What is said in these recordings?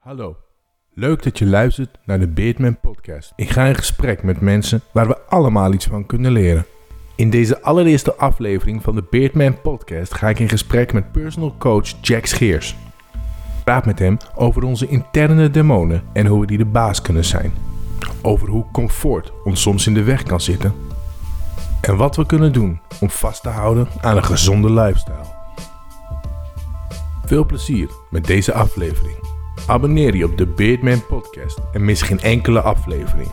Hallo, leuk dat je luistert naar de Beardman Podcast. Ik ga in gesprek met mensen waar we allemaal iets van kunnen leren. In deze allereerste aflevering van de Beardman Podcast ga ik in gesprek met personal coach Jack Scheers. Ik praat met hem over onze interne demonen en hoe we die de baas kunnen zijn. Over hoe comfort ons soms in de weg kan zitten. En wat we kunnen doen om vast te houden aan een gezonde lifestyle. Veel plezier met deze aflevering. Abonneer je op de Beardman Podcast en mis geen enkele aflevering.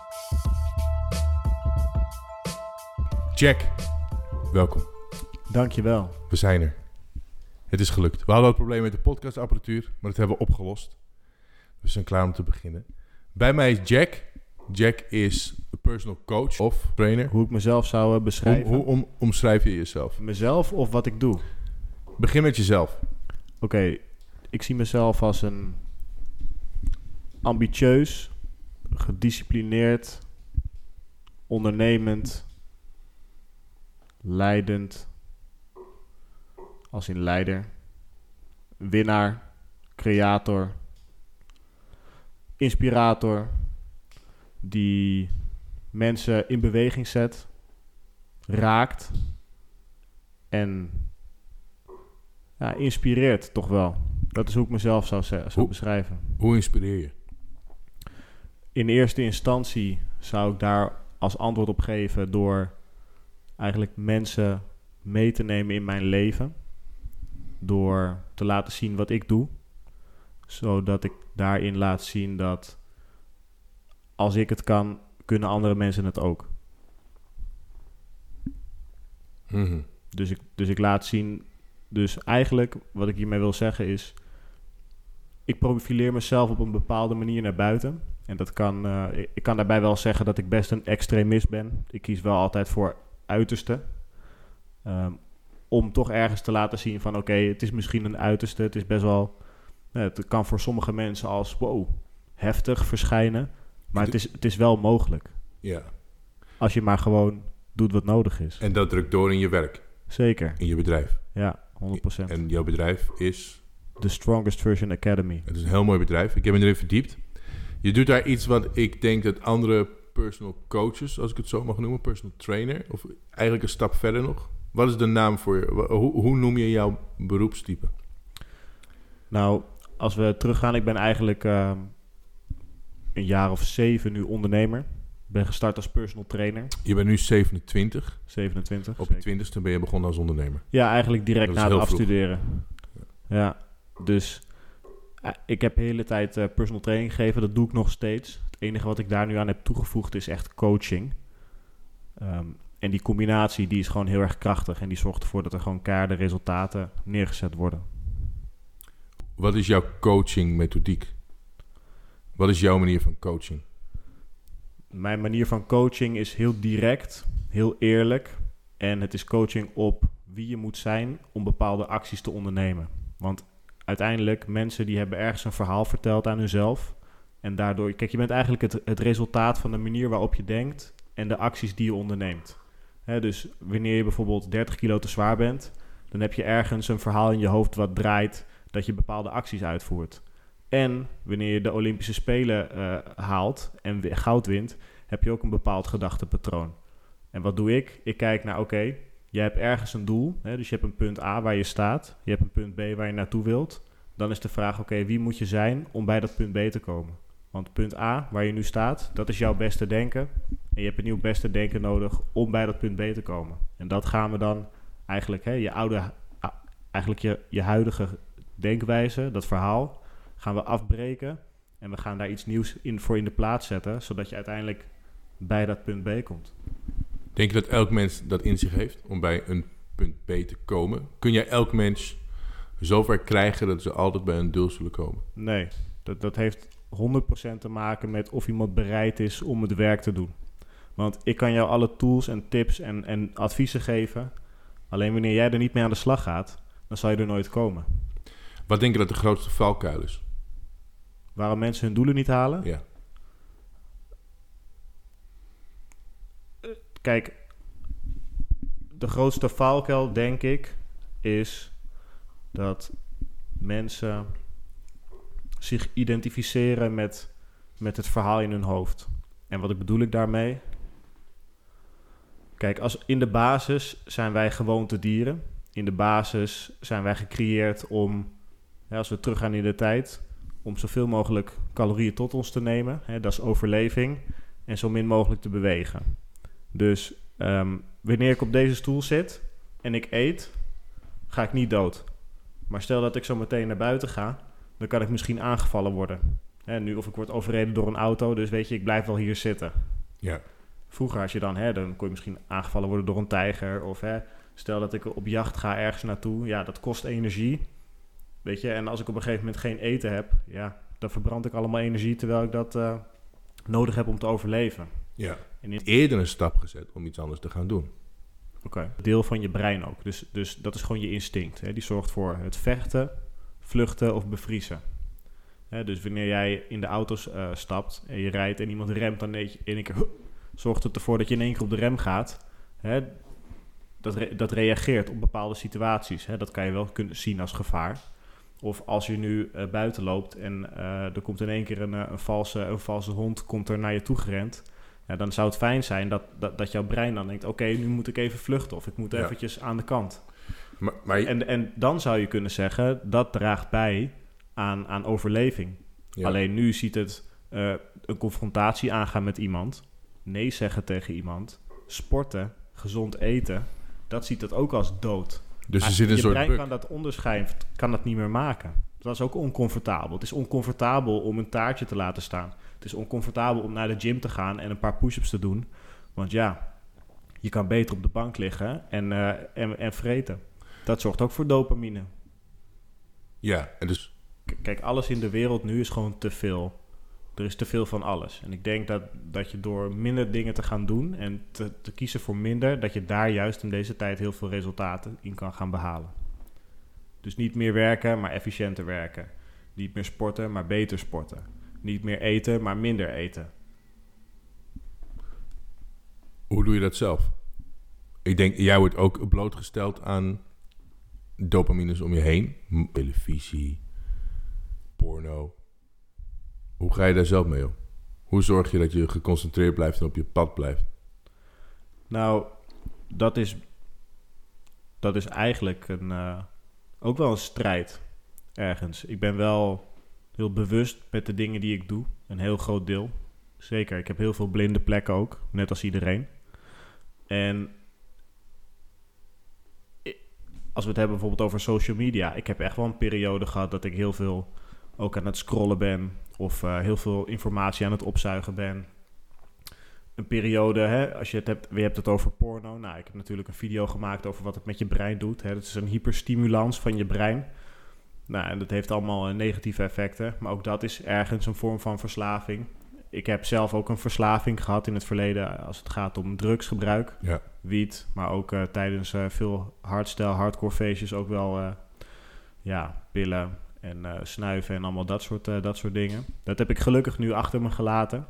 Jack, welkom. Dankjewel. We zijn er. Het is gelukt. We hadden het probleem met de podcastapparatuur, maar dat hebben we opgelost. We zijn klaar om te beginnen. Bij mij is Jack. Jack is een personal coach of trainer. Hoe ik mezelf zou beschrijven. Hoe omschrijf je jezelf? Mezelf of wat ik doe? Begin met jezelf. Oké, ik zie mezelf als een ambitieus, gedisciplineerd, ondernemend, leidend, als in leider, winnaar, creator, inspirator, die mensen in beweging zet, raakt en inspireert toch wel. Dat is hoe ik mezelf zou beschrijven. Hoe inspireer je? In eerste instantie zou ik daar als antwoord op geven door eigenlijk mensen mee te nemen in mijn leven. Door te laten zien wat ik doe. Zodat ik daarin laat zien dat als ik het kan, kunnen andere mensen het ook. Mm-hmm. Dus ik laat zien. Dus eigenlijk wat ik hiermee wil zeggen is, ik profileer mezelf op een bepaalde manier naar buiten. En dat kan, ik kan daarbij wel zeggen dat ik best een extremist ben. Ik kies wel altijd voor uiterste. Om toch ergens te laten zien van oké, het is misschien een uiterste. Het is best wel, het kan voor sommige mensen als heftig verschijnen. Maar het is wel mogelijk. Ja. Als je maar gewoon doet wat nodig is. En dat drukt door in je werk. Zeker. In je bedrijf. Ja, 100%. En jouw bedrijf is? The Strongest Version Academy. Het is een heel mooi bedrijf. Ik heb me erin verdiept. Je doet daar iets wat ik denk dat andere personal coaches, als ik het zo mag noemen, personal trainer, of eigenlijk een stap verder nog. Wat is de naam voor je? Hoe noem je jouw beroepstype? Nou, als we teruggaan, ik ben eigenlijk een jaar of 7 nu ondernemer. Ik ben gestart als personal trainer. Je bent nu 27. 27. Op je 20ste ben je begonnen als ondernemer. Ja, eigenlijk direct na het afstuderen. Ja, dus ik heb de hele tijd personal training gegeven. Dat doe ik nog steeds. Het enige wat ik daar nu aan heb toegevoegd is echt coaching. En die combinatie die is gewoon heel erg krachtig. En die zorgt ervoor dat er gewoon keiharde resultaten neergezet worden. Wat is jouw coaching methodiek? Wat is jouw manier van coaching? Mijn manier van coaching is heel direct, heel eerlijk. En het is coaching op wie je moet zijn om bepaalde acties te ondernemen. Want uiteindelijk, mensen die hebben ergens een verhaal verteld aan hunzelf. En daardoor, kijk, je bent eigenlijk het resultaat van de manier waarop je denkt en de acties die je onderneemt. Dus wanneer je bijvoorbeeld 30 kilo te zwaar bent, dan heb je ergens een verhaal in je hoofd wat draait dat je bepaalde acties uitvoert. En wanneer je de Olympische Spelen haalt en goud wint, heb je ook een bepaald gedachtepatroon. En wat doe ik? Ik kijk naar, oké, jij hebt ergens een doel. Dus je hebt een punt A waar je staat. Je hebt een punt B waar je naartoe wilt. Dan is de vraag, oké, wie moet je zijn om bij dat punt B te komen? Want punt A, waar je nu staat, dat is jouw beste denken. En je hebt een nieuw beste denken nodig om bij dat punt B te komen. En dat gaan we dan eigenlijk, je huidige denkwijze, dat verhaal, gaan we afbreken. En we gaan daar iets nieuws voor in de plaats zetten, zodat je uiteindelijk bij dat punt B komt. Denk je dat elk mens dat in zich heeft om bij een punt B te komen? Kun jij elk mens zover krijgen dat ze altijd bij een doel zullen komen? Nee, dat heeft 100% te maken met of iemand bereid is om het werk te doen. Want ik kan jou alle tools en tips en adviezen geven. Alleen wanneer jij er niet mee aan de slag gaat, dan zal je er nooit komen. Wat denk je dat de grootste valkuil is? Waarom mensen hun doelen niet halen? Ja. Kijk, de grootste valkuil, denk ik, is dat mensen zich identificeren met het verhaal in hun hoofd. En wat bedoel ik daarmee? Kijk, in de basis zijn wij gewoontedieren. In de basis zijn wij gecreëerd om, als we teruggaan in de tijd, om zoveel mogelijk calorieën tot ons te nemen. Dat is overleving. En zo min mogelijk te bewegen. Dus wanneer ik op deze stoel zit en ik eet, ga ik niet dood. Maar stel dat ik zo meteen naar buiten ga, dan kan ik misschien aangevallen worden. Nu, of ik word overreden door een auto, dus weet je, ik blijf wel hier zitten. Ja. Vroeger als je dan kon je misschien aangevallen worden door een tijger. Of stel dat ik op jacht ga ergens naartoe. Ja, dat kost energie. Weet je, en als ik op een gegeven moment geen eten heb, ja, dan verbrand ik allemaal energie terwijl ik dat nodig heb om te overleven. Ja. En eerder een stap gezet om iets anders te gaan doen. Oké. Deel van je brein ook. Dus dat is gewoon je instinct. Die zorgt voor het vechten, vluchten of bevriezen. Dus wanneer jij in de auto stapt en je rijdt en iemand remt, dan in één keer zorgt het ervoor dat je in één keer op de rem gaat. Dat reageert op bepaalde situaties. Dat kan je wel kunnen zien als gevaar. Of als je nu buiten loopt en er komt in één keer een valse hond komt er naar je toe gerend. Ja, dan zou het fijn zijn dat jouw brein dan denkt, oké, nu moet ik even vluchten of ik moet eventjes aan de kant. Maar en dan zou je kunnen zeggen, dat draagt bij aan overleving. Ja. Alleen nu ziet het een confrontatie aangaan met iemand, nee zeggen tegen iemand, sporten, gezond eten, dat ziet het ook als dood. Dus er zit een soort brein kan dat onderscheid, kan dat niet meer maken. Dat is ook oncomfortabel. Het is oncomfortabel om een taartje te laten staan. Het is oncomfortabel om naar de gym te gaan en een paar push-ups te doen. Want ja, je kan beter op de bank liggen en vreten. Dat zorgt ook voor dopamine. Ja, en dus... Kijk, alles in de wereld nu is gewoon te veel. Er is te veel van alles. En ik denk dat je door minder dingen te gaan doen en te kiezen voor minder, dat je daar juist in deze tijd heel veel resultaten in kan gaan behalen. Dus niet meer werken, maar efficiënter werken. Niet meer sporten, maar beter sporten. Niet meer eten, maar minder eten. Hoe doe je dat zelf? Ik denk, jij wordt ook blootgesteld aan dopamines om je heen. Televisie, porno. Hoe ga je daar zelf mee om? Hoe zorg je dat je geconcentreerd blijft en op je pad blijft? Nou, dat is eigenlijk ook wel een strijd ergens. Ik ben wel heel bewust met de dingen die ik doe. Een heel groot deel. Zeker, ik heb heel veel blinde plekken ook. Net als iedereen. En als we het hebben bijvoorbeeld over social media. Ik heb echt wel een periode gehad dat ik heel veel ook aan het scrollen ben. Of heel veel informatie aan het opzuigen ben. Een periode, als je het hebt, je hebt het over porno. Nou, ik heb natuurlijk een video gemaakt over wat het met je brein doet. Dat is een hyperstimulans van je brein. Nou, en dat heeft allemaal negatieve effecten. Maar ook dat is ergens een vorm van verslaving. Ik heb zelf ook een verslaving gehad in het verleden als het gaat om drugsgebruik. Ja. Wiet, maar ook tijdens veel hardcore feestjes ook wel pillen en snuiven en allemaal dat soort dingen. Dat heb ik gelukkig nu achter me gelaten.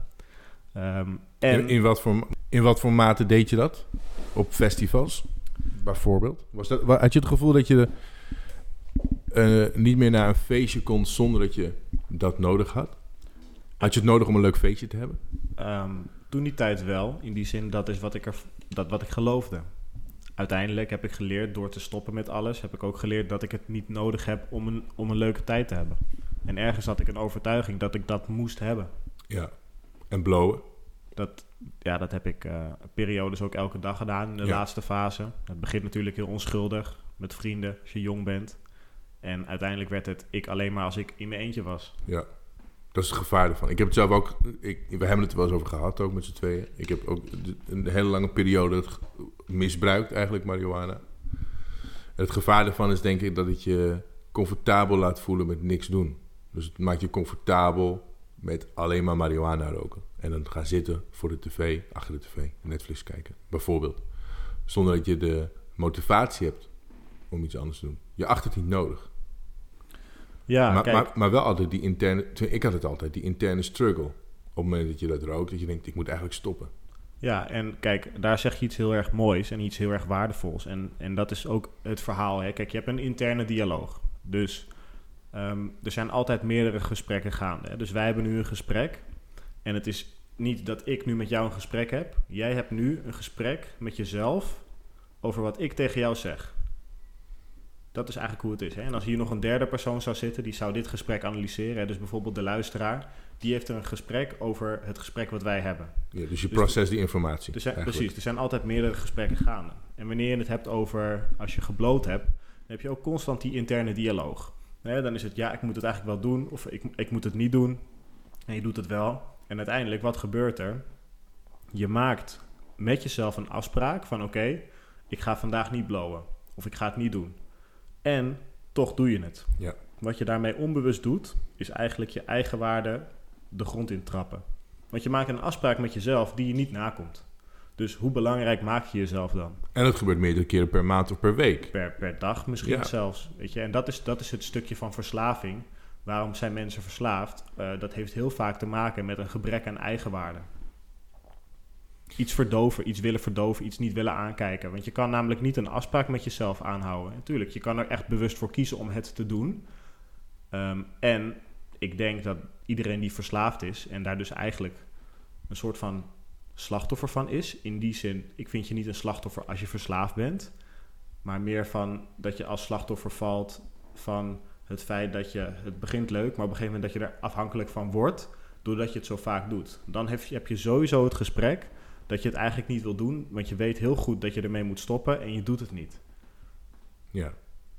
In wat voor mate deed je dat? Op festivals, bijvoorbeeld? Had je het gevoel dat je niet meer naar een feestje kon zonder dat je dat nodig had? Had je het nodig om een leuk feestje te hebben? Toen die tijd wel. In die zin, dat is wat ik geloofde. Uiteindelijk heb ik geleerd door te stoppen met alles. Heb ik ook geleerd dat ik het niet nodig heb om een leuke tijd te hebben. En ergens had ik een overtuiging dat ik dat moest hebben. Ja. En blowen? Dat heb ik periodes ook elke dag gedaan in de laatste fase. Het begint natuurlijk heel onschuldig. Met vrienden, als je jong bent. En uiteindelijk werd het ik alleen maar als ik in mijn eentje was. Ja. Dat is het gevaar ervan. Ik heb het zelf ook... we hebben het er wel eens over gehad, ook met z'n tweeën. Ik heb ook een hele lange periode misbruikt, eigenlijk, marihuana. En het gevaar ervan is, denk ik, dat het je comfortabel laat voelen met niks doen. Dus het maakt je comfortabel met alleen maar marihuana roken. En dan gaan zitten voor de tv, achter de tv, Netflix kijken, bijvoorbeeld. Zonder dat je de motivatie hebt om iets anders te doen. Je acht het niet nodig. Ja, maar wel altijd die interne... Ik had het altijd, die interne struggle. Op het moment dat je dat rookt, dat je denkt, ik moet eigenlijk stoppen. Ja, en kijk, daar zeg je iets heel erg moois en iets heel erg waardevols. En dat is ook het verhaal. Hè? Kijk, je hebt een interne dialoog. Dus Er zijn altijd meerdere gesprekken gaande. Hè? Dus wij hebben nu een gesprek. En het is niet dat ik nu met jou een gesprek heb. Jij hebt nu een gesprek met jezelf over wat ik tegen jou zeg. Dat is eigenlijk hoe het is. Hè? En als hier nog een derde persoon zou zitten, die zou dit gesprek analyseren. Hè? Dus bijvoorbeeld de luisteraar, die heeft er een gesprek over het gesprek wat wij hebben. Ja, dus je process die informatie. Precies, er zijn altijd meerdere gesprekken gaande. En wanneer je het hebt over, als je gebloot hebt, dan heb je ook constant die interne dialoog. Hè? Dan is het, ja, ik moet het eigenlijk wel doen, of ik moet het niet doen. En je doet het wel. En uiteindelijk, wat gebeurt er? Je maakt met jezelf een afspraak van oké, ik ga vandaag niet blowen. Of ik ga het niet doen. En toch doe je het. Ja. Wat je daarmee onbewust doet, is eigenlijk je eigen waarde de grond intrappen. Want je maakt een afspraak met jezelf die je niet nakomt. Dus hoe belangrijk maak je jezelf dan? En dat gebeurt meerdere keren per maand of per week. Per dag misschien zelfs. Weet je? En dat is het stukje van verslaving. Waarom zijn mensen verslaafd? Dat heeft heel vaak te maken met een gebrek aan eigenwaarde. Iets verdoven, iets willen verdoven, iets niet willen aankijken. Want je kan namelijk niet een afspraak met jezelf aanhouden. Natuurlijk, je kan er echt bewust voor kiezen om het te doen. En ik denk dat iedereen die verslaafd is en daar dus eigenlijk een soort van slachtoffer van is. In die zin, ik vind je niet een slachtoffer als je verslaafd bent. Maar meer van dat je als slachtoffer valt van het feit dat het begint leuk, maar op een gegeven moment dat je er afhankelijk van wordt, doordat je het zo vaak doet. Dan heb je sowieso het gesprek dat je het eigenlijk niet wil doen, want je weet heel goed dat je ermee moet stoppen en je doet het niet. Ja.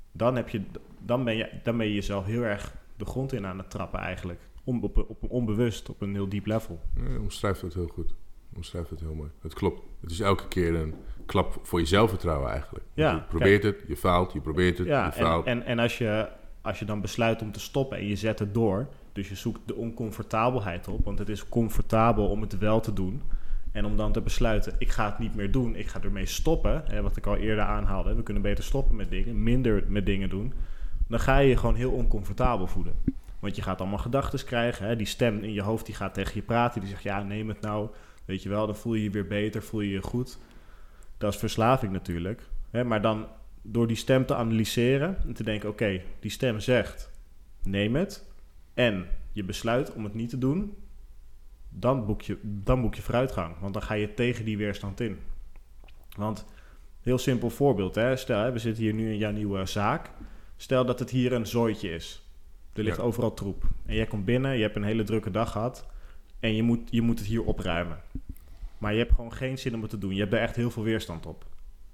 Dan ben je jezelf heel erg de grond in aan het trappen eigenlijk. Onbewust, op een heel diep level. Ja, omschrijft het heel goed. Omschrijft het heel mooi. Het klopt. Het is elke keer een klap voor je zelfvertrouwen eigenlijk. Ja, je probeert het, je faalt, je probeert het, je faalt. En als je dan besluit om te stoppen en je zet het door, dus je zoekt de oncomfortabelheid op, want het is comfortabel om het wel te doen. En om dan te besluiten, ik ga het niet meer doen, ik ga ermee stoppen, hè, wat ik al eerder aanhaalde, we kunnen beter stoppen met dingen, minder met dingen doen, dan ga je je gewoon heel oncomfortabel voelen. Want je gaat allemaal gedachten krijgen, hè, die stem in je hoofd die gaat tegen je praten, die zegt, ja, neem het nou, weet je wel, dan voel je je weer beter, voel je je goed. Dat is verslaving natuurlijk, hè, maar dan door die stem te analyseren en te denken, oké, die stem zegt, neem het, en je besluit om het niet te doen, dan boek je vooruitgang. Want dan ga je tegen die weerstand in. Want, heel simpel voorbeeld. Hè? Stel, hè, we zitten hier nu in jouw nieuwe zaak. Stel dat het hier een zooitje is. Er ligt overal troep. En jij komt binnen, je hebt een hele drukke dag gehad. En je moet het hier opruimen. Maar je hebt gewoon geen zin om het te doen. Je hebt er echt heel veel weerstand op.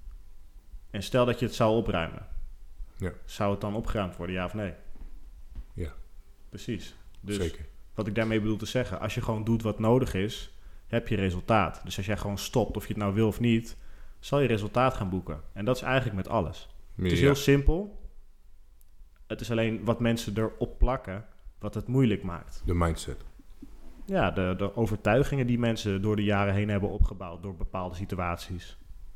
En stel dat je het zou opruimen. Ja. Zou het dan opgeruimd worden, ja of nee? Ja. Precies. Dus zeker. Wat ik daarmee bedoel te zeggen, als je gewoon doet wat nodig is, heb je resultaat. Dus als jij gewoon stopt, of je het nou wil of niet, zal je resultaat gaan boeken. En dat is eigenlijk met alles. Het is heel simpel. Het is alleen wat mensen erop plakken, wat het moeilijk maakt. De mindset. Ja, de overtuigingen die mensen door de jaren heen hebben opgebouwd door bepaalde situaties.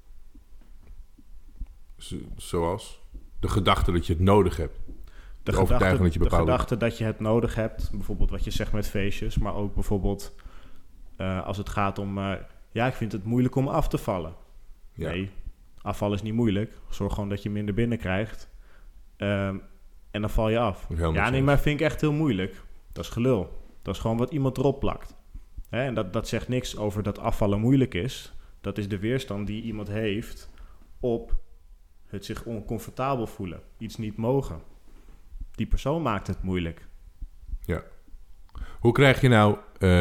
Zoals? De gedachte dat je het nodig hebt. De gedachte dat je het nodig hebt. Bijvoorbeeld wat je zegt met feestjes. Maar ook bijvoorbeeld als het gaat om... ik vind het moeilijk om af te vallen. Ja. Nee, afvallen is niet moeilijk. Zorg gewoon dat je minder binnenkrijgt. En dan val je af. Maar vind ik echt heel moeilijk. Dat is gelul. Dat is gewoon wat iemand erop plakt. Hè? En dat zegt niks over dat afvallen moeilijk is. Dat is de weerstand die iemand heeft op het zich oncomfortabel voelen. Iets niet mogen. Die persoon maakt het moeilijk. Ja. Hoe krijg je nou...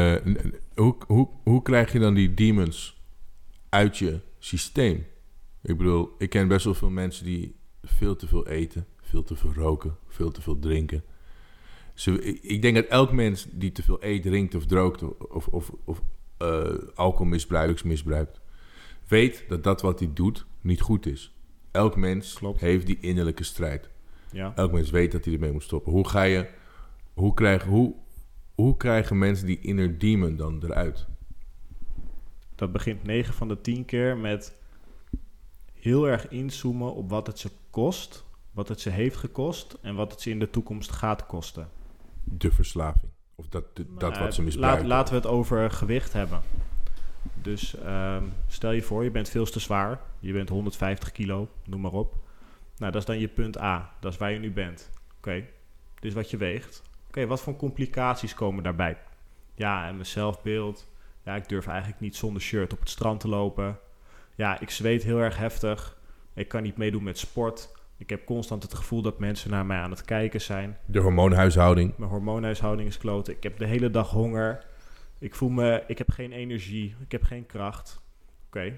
hoe krijg je dan die demons uit je systeem? Ik bedoel, ik ken best wel veel mensen die veel te veel eten, veel te veel roken, veel te veel drinken. Ik denk dat elk mens die te veel eet, drinkt of droogt of alcohol misbruikt, weet dat wat hij doet niet goed is. Elk mens heeft die innerlijke strijd. Ja. Elk mens weet dat hij ermee moet stoppen. Hoe krijgen mensen die inner demon dan eruit? Dat begint 9 van de 10 keer met heel erg inzoomen op wat het ze kost, wat het ze heeft gekost en wat het ze in de toekomst gaat kosten. De verslaving. Of dat wat ze misbruiken. Laten we het over gewicht hebben. Dus stel je voor, je bent veel te zwaar. Je bent 150 kilo, noem maar op. Nou, dat is dan je punt A. Dat is waar je nu bent. Oké. dus wat je weegt. Oké, wat voor complicaties komen daarbij? Ja, en mijn zelfbeeld. Ja, ik durf eigenlijk niet zonder shirt op het strand te lopen. Ja, ik zweet heel erg heftig. Ik kan niet meedoen met sport. Ik heb constant het gevoel dat mensen naar mij aan het kijken zijn. De hormoonhuishouding. Mijn hormoonhuishouding is kloten. Ik heb de hele dag honger. Ik heb geen energie. Ik heb geen kracht. Oké.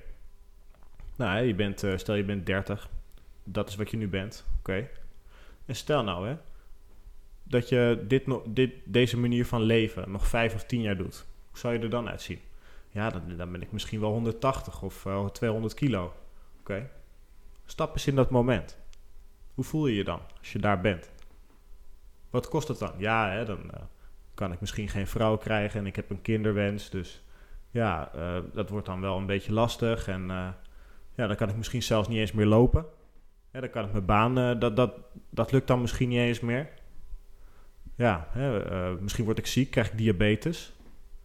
Nou, stel je bent 30. Dat is wat je nu bent. Oké. En stel nou, dat je deze manier van leven nog 5 of 10 jaar doet. Hoe zou je er dan uitzien? Ja, dan ben ik misschien wel 180 of 200 kilo. Oké. Stap eens in dat moment. Hoe voel je je dan als je daar bent? Wat kost het dan? Ja, dan kan ik misschien geen vrouw krijgen en ik heb een kinderwens. Dus ja, dat wordt dan wel een beetje lastig. En dan kan ik misschien zelfs niet eens meer lopen. Ja, dan kan ik mijn baan, dat lukt dan misschien niet eens meer. Ja, misschien word ik ziek, krijg ik diabetes.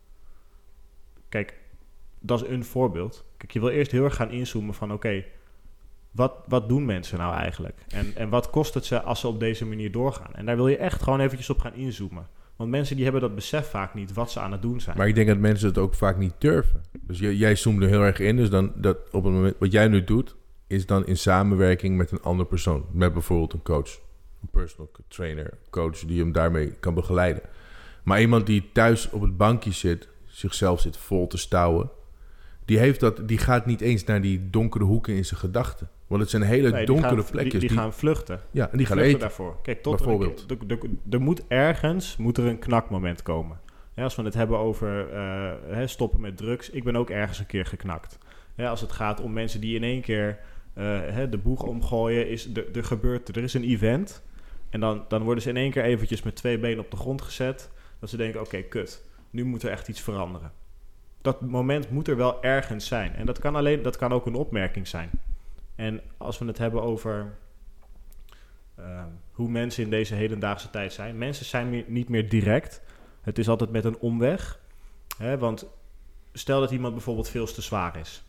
Kijk, dat is een voorbeeld. Kijk, je wil eerst heel erg gaan inzoomen van oké, wat doen mensen nou eigenlijk? En wat kost het ze als ze op deze manier doorgaan? En daar wil je echt gewoon eventjes op gaan inzoomen. Want mensen die hebben dat besef vaak niet wat ze aan het doen zijn. Maar ik denk dat mensen het ook vaak niet durven. Dus jij zoomt er heel erg in. Dus dan dat op het moment wat jij nu doet, is dan in samenwerking met een andere persoon. Met bijvoorbeeld een coach, een personal trainer, coach die hem daarmee kan begeleiden. Maar iemand die thuis op het bankje zit, zichzelf zit vol te stouwen, die gaat niet eens naar die donkere hoeken in zijn gedachten. Want het zijn hele donkere plekken. Die gaan vluchten. Ja, en die gaan eten. Daarvoor. Kijk, bijvoorbeeld. Er moet ergens een knakmoment komen. Ja, als we het hebben over stoppen met drugs. Ik ben ook ergens een keer geknakt. Ja, als het gaat om mensen die in één keer de boeg omgooien. Er is een event. En dan worden ze in één keer eventjes met 2 benen op de grond gezet. Dat ze denken, oké, kut. Nu moet er echt iets veranderen. Dat moment moet er wel ergens zijn. En dat kan ook een opmerking zijn. En als we het hebben over hoe mensen in deze hedendaagse tijd zijn. Mensen zijn niet meer direct. Het is altijd met een omweg. Want stel dat iemand bijvoorbeeld veel te zwaar is.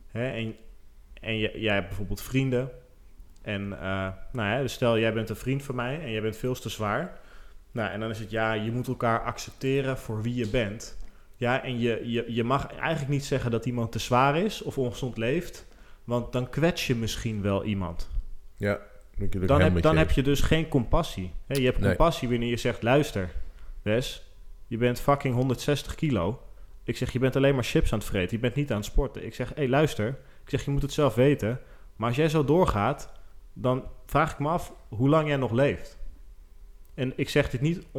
En jij hebt bijvoorbeeld vrienden. En dus stel jij bent een vriend van mij en jij bent veel te zwaar. Nou, en dan is het je moet elkaar accepteren voor wie je bent. Ja, en je mag eigenlijk niet zeggen dat iemand te zwaar is of ongezond leeft. Want dan kwets je misschien wel iemand. Ja, dan heb je dus geen compassie. Je hebt compassie wanneer je zegt, luister, Wes, je bent fucking 160 kilo. Ik zeg, je bent alleen maar chips aan het vreten. Je bent niet aan het sporten. Ik zeg, luister. Ik zeg, je moet het zelf weten. Maar als jij zo doorgaat, dan vraag ik me af hoe lang jij nog leeft. En ik zeg dit niet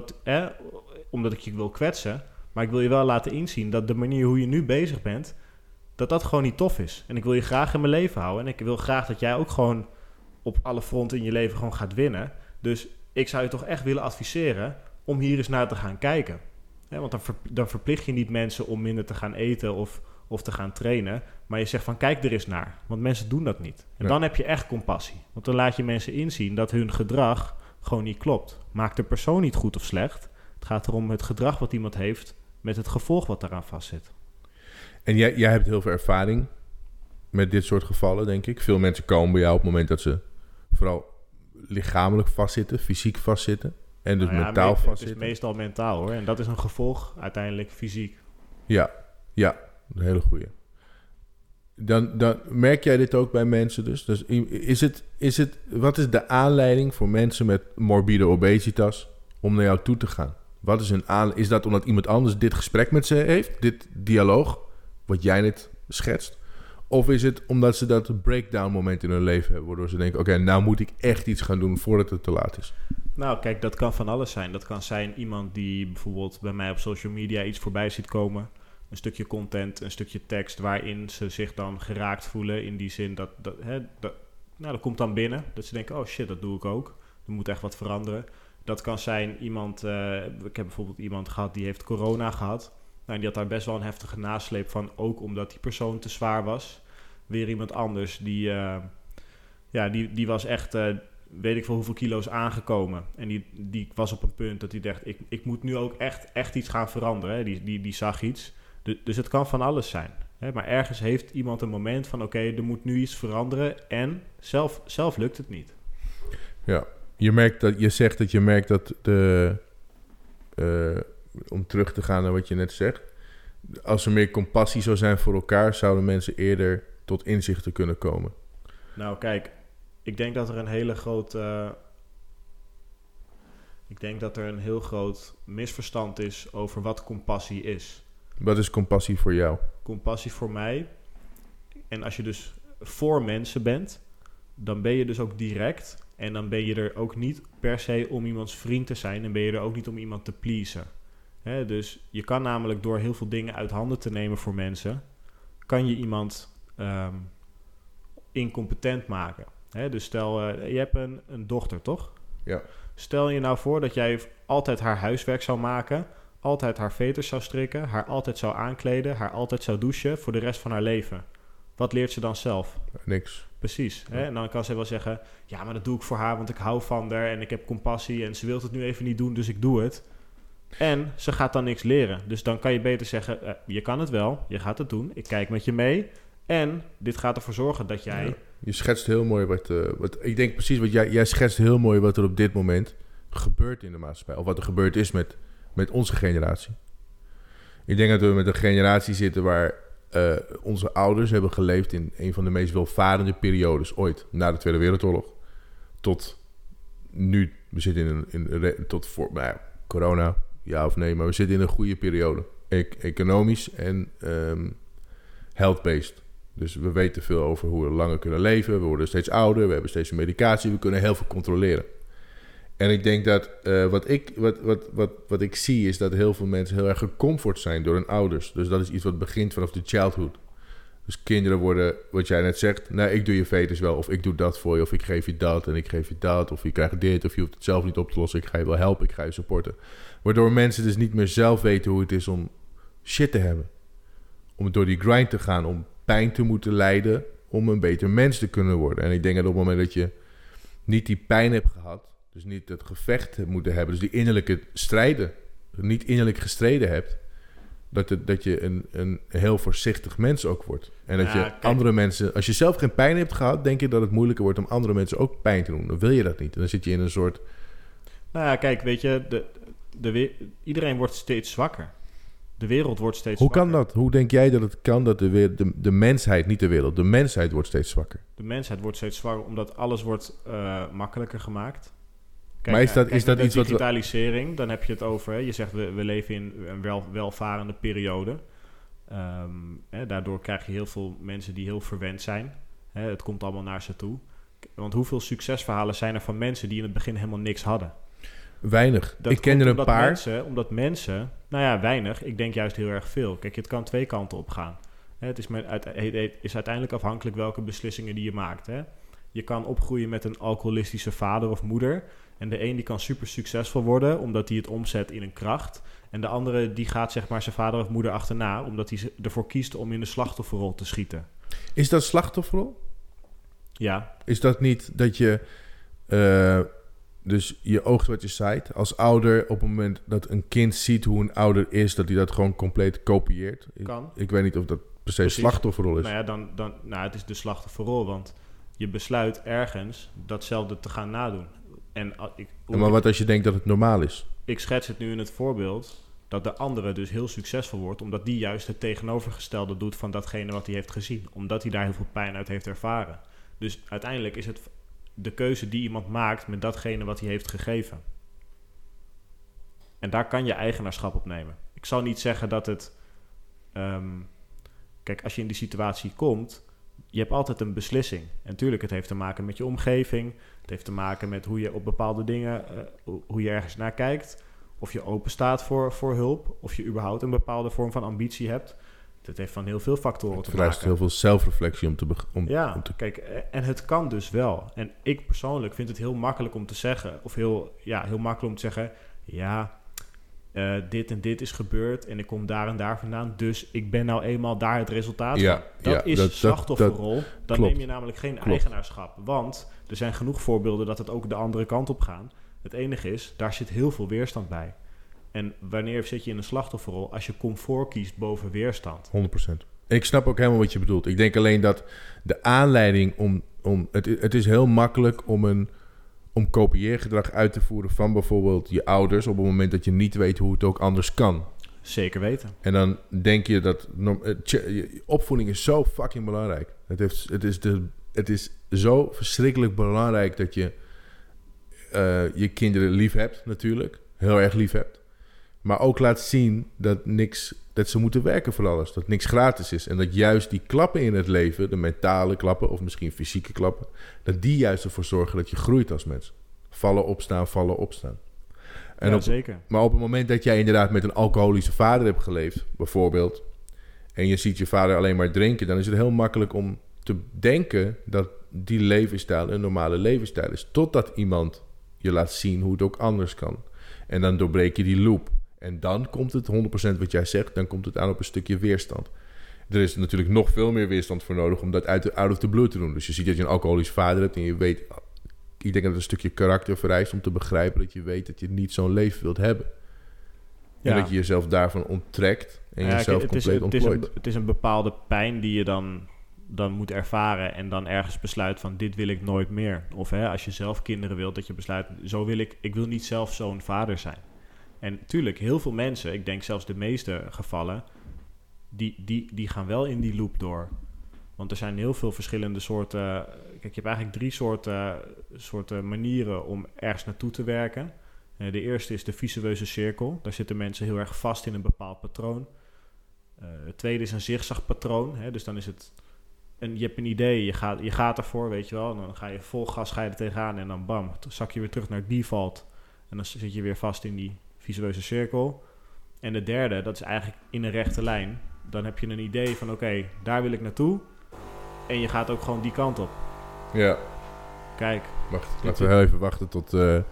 omdat ik je wil kwetsen. Maar ik wil je wel laten inzien dat de manier hoe je nu bezig bent, dat gewoon niet tof is. En ik wil je graag in mijn leven houden. En ik wil graag dat jij ook gewoon op alle fronten in je leven gewoon gaat winnen. Dus ik zou je toch echt willen adviseren om hier eens naar te gaan kijken. Want dan verplicht je niet mensen om minder te gaan eten of te gaan trainen. Maar je zegt van kijk er eens naar. Want mensen doen dat niet. En dan heb je echt compassie. Want dan laat je mensen inzien dat hun gedrag gewoon niet klopt. Maakt de persoon niet goed of slecht. Het gaat erom het gedrag wat iemand heeft met het gevolg wat daaraan vastzit. En jij hebt heel veel ervaring met dit soort gevallen, denk ik. Veel mensen komen bij jou op het moment dat ze vooral lichamelijk vastzitten, fysiek vastzitten. En dus mentaal vastzitten. Het is meestal mentaal hoor. En dat is een gevolg uiteindelijk fysiek. Ja, een hele goeie. Dan merk jij dit ook bij mensen dus? Dus wat is de aanleiding voor mensen met morbide obesitas om naar jou toe te gaan? Wat is is dat omdat iemand anders dit gesprek met ze heeft? Dit dialoog, wat jij net schetst? Of is het omdat ze dat breakdown moment in hun leven hebben, waardoor ze denken, oké, nou moet ik echt iets gaan doen voordat het te laat is? Nou, kijk, dat kan van alles zijn. Dat kan zijn iemand die bijvoorbeeld bij mij op social media iets voorbij ziet komen. Een stukje content, een stukje tekst waarin ze zich dan geraakt voelen. In die zin dat komt dan binnen. Dat ze denken, oh shit, dat doe ik ook. Er moet echt wat veranderen. Dat kan zijn iemand, ik heb bijvoorbeeld iemand gehad die heeft corona gehad. Nou, die had daar best wel een heftige nasleep van, ook omdat die persoon te zwaar was. Weer iemand anders, die was echt, weet ik veel hoeveel kilo's aangekomen. En die was op een punt dat hij dacht, ik moet nu ook echt iets gaan veranderen. Hè. Die zag iets. Dus het kan van alles zijn. Hè. Maar ergens heeft iemand een moment van, oké, er moet nu iets veranderen. En zelf lukt het niet. Ja, Je zegt dat om terug te gaan naar wat je net zegt, als er meer compassie zou zijn voor elkaar, zouden mensen eerder tot inzichten kunnen komen. Nou, kijk, ik denk dat er een heel groot misverstand is over wat compassie is. Wat is compassie voor jou? Compassie voor mij, en als je dus voor mensen bent, dan ben je dus ook direct. En dan ben je er ook niet per se om iemands vriend te zijn. En ben je er ook niet om iemand te pleasen. Dus je kan namelijk door heel veel dingen uit handen te nemen voor mensen, kan je iemand incompetent maken. Dus stel, je hebt een dochter, toch? Ja. Stel je nou voor dat jij altijd haar huiswerk zou maken, altijd haar veters zou strikken, haar altijd zou aankleden, haar altijd zou douchen voor de rest van haar leven. Wat leert ze dan zelf? Niks. Precies. Ja. En dan kan ze wel zeggen, ja, maar dat doe ik voor haar, want ik hou van haar en ik heb compassie en ze wil het nu even niet doen, dus ik doe het. En ze gaat dan niks leren. Dus dan kan je beter zeggen, je kan het wel, je gaat het doen, ik kijk met je mee en dit gaat ervoor zorgen dat jij... Ja. Je schetst heel mooi wat ik denk precies wat jij schetst heel mooi wat er op dit moment gebeurt in de maatschappij. Of wat er gebeurd is met onze generatie. Ik denk dat we met een generatie zitten waar onze ouders hebben geleefd in een van de meest welvarende periodes ooit. Na de Tweede Wereldoorlog. Tot nu. We zitten tot voor corona, ja of nee. Maar we zitten in een goede periode. Economisch en health-based. Dus we weten veel over hoe we langer kunnen leven. We worden steeds ouder. We hebben steeds meer medicatie. We kunnen heel veel controleren. En ik denk dat wat ik zie is dat heel veel mensen heel erg gecomfort zijn door hun ouders. Dus dat is iets wat begint vanaf de childhood. Dus kinderen worden, wat jij net zegt, nou, ik doe je veters wel, of ik doe dat voor je, of ik geef je dat en ik geef je dat, of je krijgt dit, of je hoeft het zelf niet op te lossen, ik ga je wel helpen, ik ga je supporten. Waardoor mensen dus niet meer zelf weten hoe het is om shit te hebben. Om door die grind te gaan, om pijn te moeten lijden, om een beter mens te kunnen worden. En ik denk dat op het moment dat je niet die pijn hebt gehad, dus niet het gevecht hebt moeten hebben, dus die innerlijke strijden, niet innerlijk gestreden hebt, dat je een heel voorzichtig mens ook wordt. En dat je andere mensen... Als je zelf geen pijn hebt gehad, denk je dat het moeilijker wordt om andere mensen ook pijn te doen. Dan wil je dat niet. En dan zit je in een soort... Nou ja, kijk, weet je, iedereen wordt steeds zwakker. De wereld wordt steeds zwakker. Hoe kan dat? Hoe denk jij dat het kan dat de mensheid, niet de wereld, de mensheid wordt steeds zwakker? De mensheid wordt steeds zwakker omdat alles wordt makkelijker gemaakt. Kijk, maar is dat iets wat digitalisering, dan heb je het over... Hè, je zegt, we leven in een welvarende periode. Daardoor krijg je heel veel mensen die heel verwend zijn. Het komt allemaal naar ze toe. Want hoeveel succesverhalen zijn er van mensen die in het begin helemaal niks hadden? Weinig. Ik ken er een paar. Omdat mensen... Nou ja, weinig. Ik denk juist heel erg veel. Kijk, het kan twee kanten op gaan. Het is uiteindelijk afhankelijk welke beslissingen die je maakt. Hè. Je kan opgroeien met een alcoholistische vader of moeder... En de een die kan super succesvol worden, omdat hij het omzet in een kracht. En de andere die gaat zeg maar zijn vader of moeder achterna, omdat hij ervoor kiest om in de slachtofferrol te schieten. Is dat slachtofferrol? Ja. Is dat niet dat je dus je oogt wat je zaait? Als ouder, op het moment dat een kind ziet hoe een ouder is, dat hij dat gewoon compleet kopieert? Kan. Ik weet niet of dat per se slachtofferrol is. Nou ja, het is de slachtofferrol, want je besluit ergens datzelfde te gaan nadoen. Maar wat als je denkt dat het normaal is? Ik schets het nu in het voorbeeld dat de andere dus heel succesvol wordt, omdat die juist het tegenovergestelde doet van datgene wat hij heeft gezien. Omdat hij daar heel veel pijn uit heeft ervaren. Dus uiteindelijk is het de keuze die iemand maakt met datgene wat hij heeft gegeven. En daar kan je eigenaarschap op nemen. Ik zal niet zeggen dat het... Kijk, als je in die situatie komt... Je hebt altijd een beslissing. En natuurlijk, het heeft te maken met je omgeving. Het heeft te maken met hoe je op bepaalde dingen... hoe je ergens naar kijkt. Of je open staat voor hulp. Of je überhaupt een bepaalde vorm van ambitie hebt. Dat heeft van heel veel factoren te maken. Het vereist heel veel zelfreflectie om te... Kijk, en het kan dus wel. En ik persoonlijk vind het heel makkelijk om te zeggen... Of heel makkelijk om te zeggen... Ja, dit en dit is gebeurd en ik kom daar en daar vandaan. Dus ik ben nou eenmaal daar het resultaat van. Dat is slachtofferrol. Dan neem je namelijk geen eigenaarschap. Want er zijn genoeg voorbeelden dat het ook de andere kant op gaat. Het enige is, daar zit heel veel weerstand bij. En wanneer zit je in een slachtofferrol? Als je comfort kiest boven weerstand. 100%. Ik snap ook helemaal wat je bedoelt. Ik denk alleen dat de aanleiding om het is heel makkelijk om om kopieergedrag uit te voeren van bijvoorbeeld je ouders op het moment dat je niet weet hoe het ook anders kan. Zeker weten. En dan denk je dat opvoeding is zo fucking belangrijk. Het is zo verschrikkelijk belangrijk dat je je kinderen lief hebt natuurlijk. Heel erg lief hebt. Maar ook laat zien dat ze moeten werken voor alles. Dat niks gratis is. En dat juist die klappen in het leven, de mentale klappen of misschien fysieke klappen, dat die juist ervoor zorgen dat je groeit als mens. Vallen, opstaan. En zeker. Maar op het moment dat jij inderdaad met een alcoholische vader hebt geleefd, bijvoorbeeld, en je ziet je vader alleen maar drinken, dan is het heel makkelijk om te denken dat die levensstijl een normale levensstijl is. Totdat iemand je laat zien hoe het ook anders kan. En dan doorbreek je die loop. En dan komt het 100% wat jij zegt, dan komt het aan op een stukje weerstand. Er is natuurlijk nog veel meer weerstand voor nodig om dat out of the blue te doen. Dus je ziet dat je een alcoholische vader hebt en je weet, ik denk dat het een stukje karakter vereist om te begrijpen dat je weet dat je niet zo'n leven wilt hebben. Ja. En dat je jezelf daarvan onttrekt en jezelf compleet ontplooit. Het is een bepaalde pijn die je dan moet ervaren en dan ergens besluit van dit wil ik nooit meer. Of als je zelf kinderen wilt, dat je besluit, ik wil niet zelf zo'n vader zijn. En tuurlijk, heel veel mensen, ik denk zelfs de meeste gevallen, die gaan wel in die loop door. Want er zijn heel veel verschillende soorten. Kijk, je hebt eigenlijk 3 soorten manieren om ergens naartoe te werken. De eerste is de visueuze cirkel. Daar zitten mensen heel erg vast in een bepaald patroon. Het tweede is een zigzagpatroon. Dus dan is het je hebt een idee, je gaat ervoor, weet je wel. En dan ga je vol gas er tegenaan en dan bam, zak je weer terug naar default. En dan zit je weer vast in die visueuze cirkel. En de derde, dat is eigenlijk in een rechte lijn. Dan heb je een idee van oké, daar wil ik naartoe. En je gaat ook gewoon die kant op. Ja. Kijk. Wacht, laten we heel even wachten tot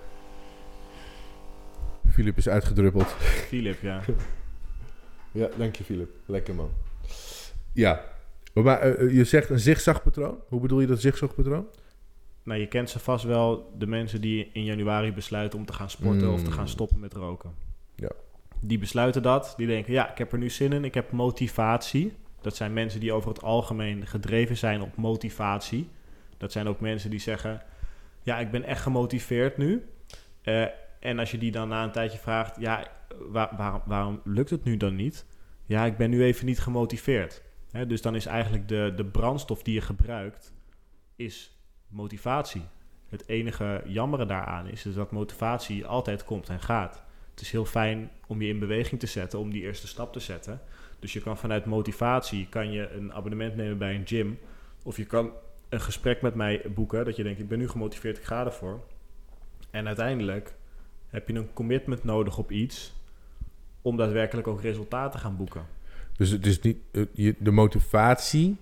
Filip is uitgedruppeld. Filip, ja. Ja, dank je Filip. Lekker man. Ja, maar je zegt een zigzagpatroon. Hoe bedoel je dat zigzagpatroon? Nou, je kent ze vast wel, de mensen die in januari besluiten om te gaan sporten of te gaan stoppen met roken. Ja. Die besluiten dat. Die denken, ja, ik heb er nu zin in. Ik heb motivatie. Dat zijn mensen die over het algemeen gedreven zijn op motivatie. Dat zijn ook mensen die zeggen, ja, ik ben echt gemotiveerd nu. En als je die dan na een tijdje vraagt, ja, waarom lukt het nu dan niet? Ja, ik ben nu even niet gemotiveerd. Dus dan is eigenlijk de brandstof die je gebruikt, is motivatie. Het enige jammere daaraan is dat motivatie altijd komt en gaat. Het is heel fijn om je in beweging te zetten, om die eerste stap te zetten. Dus je kan vanuit motivatie een abonnement nemen bij een gym. Of je kan een gesprek met mij boeken, dat je denkt, ik ben nu gemotiveerd, ik ga ervoor. En uiteindelijk heb je een commitment nodig op iets om daadwerkelijk ook resultaten te gaan boeken. Dus het is niet, de motivatie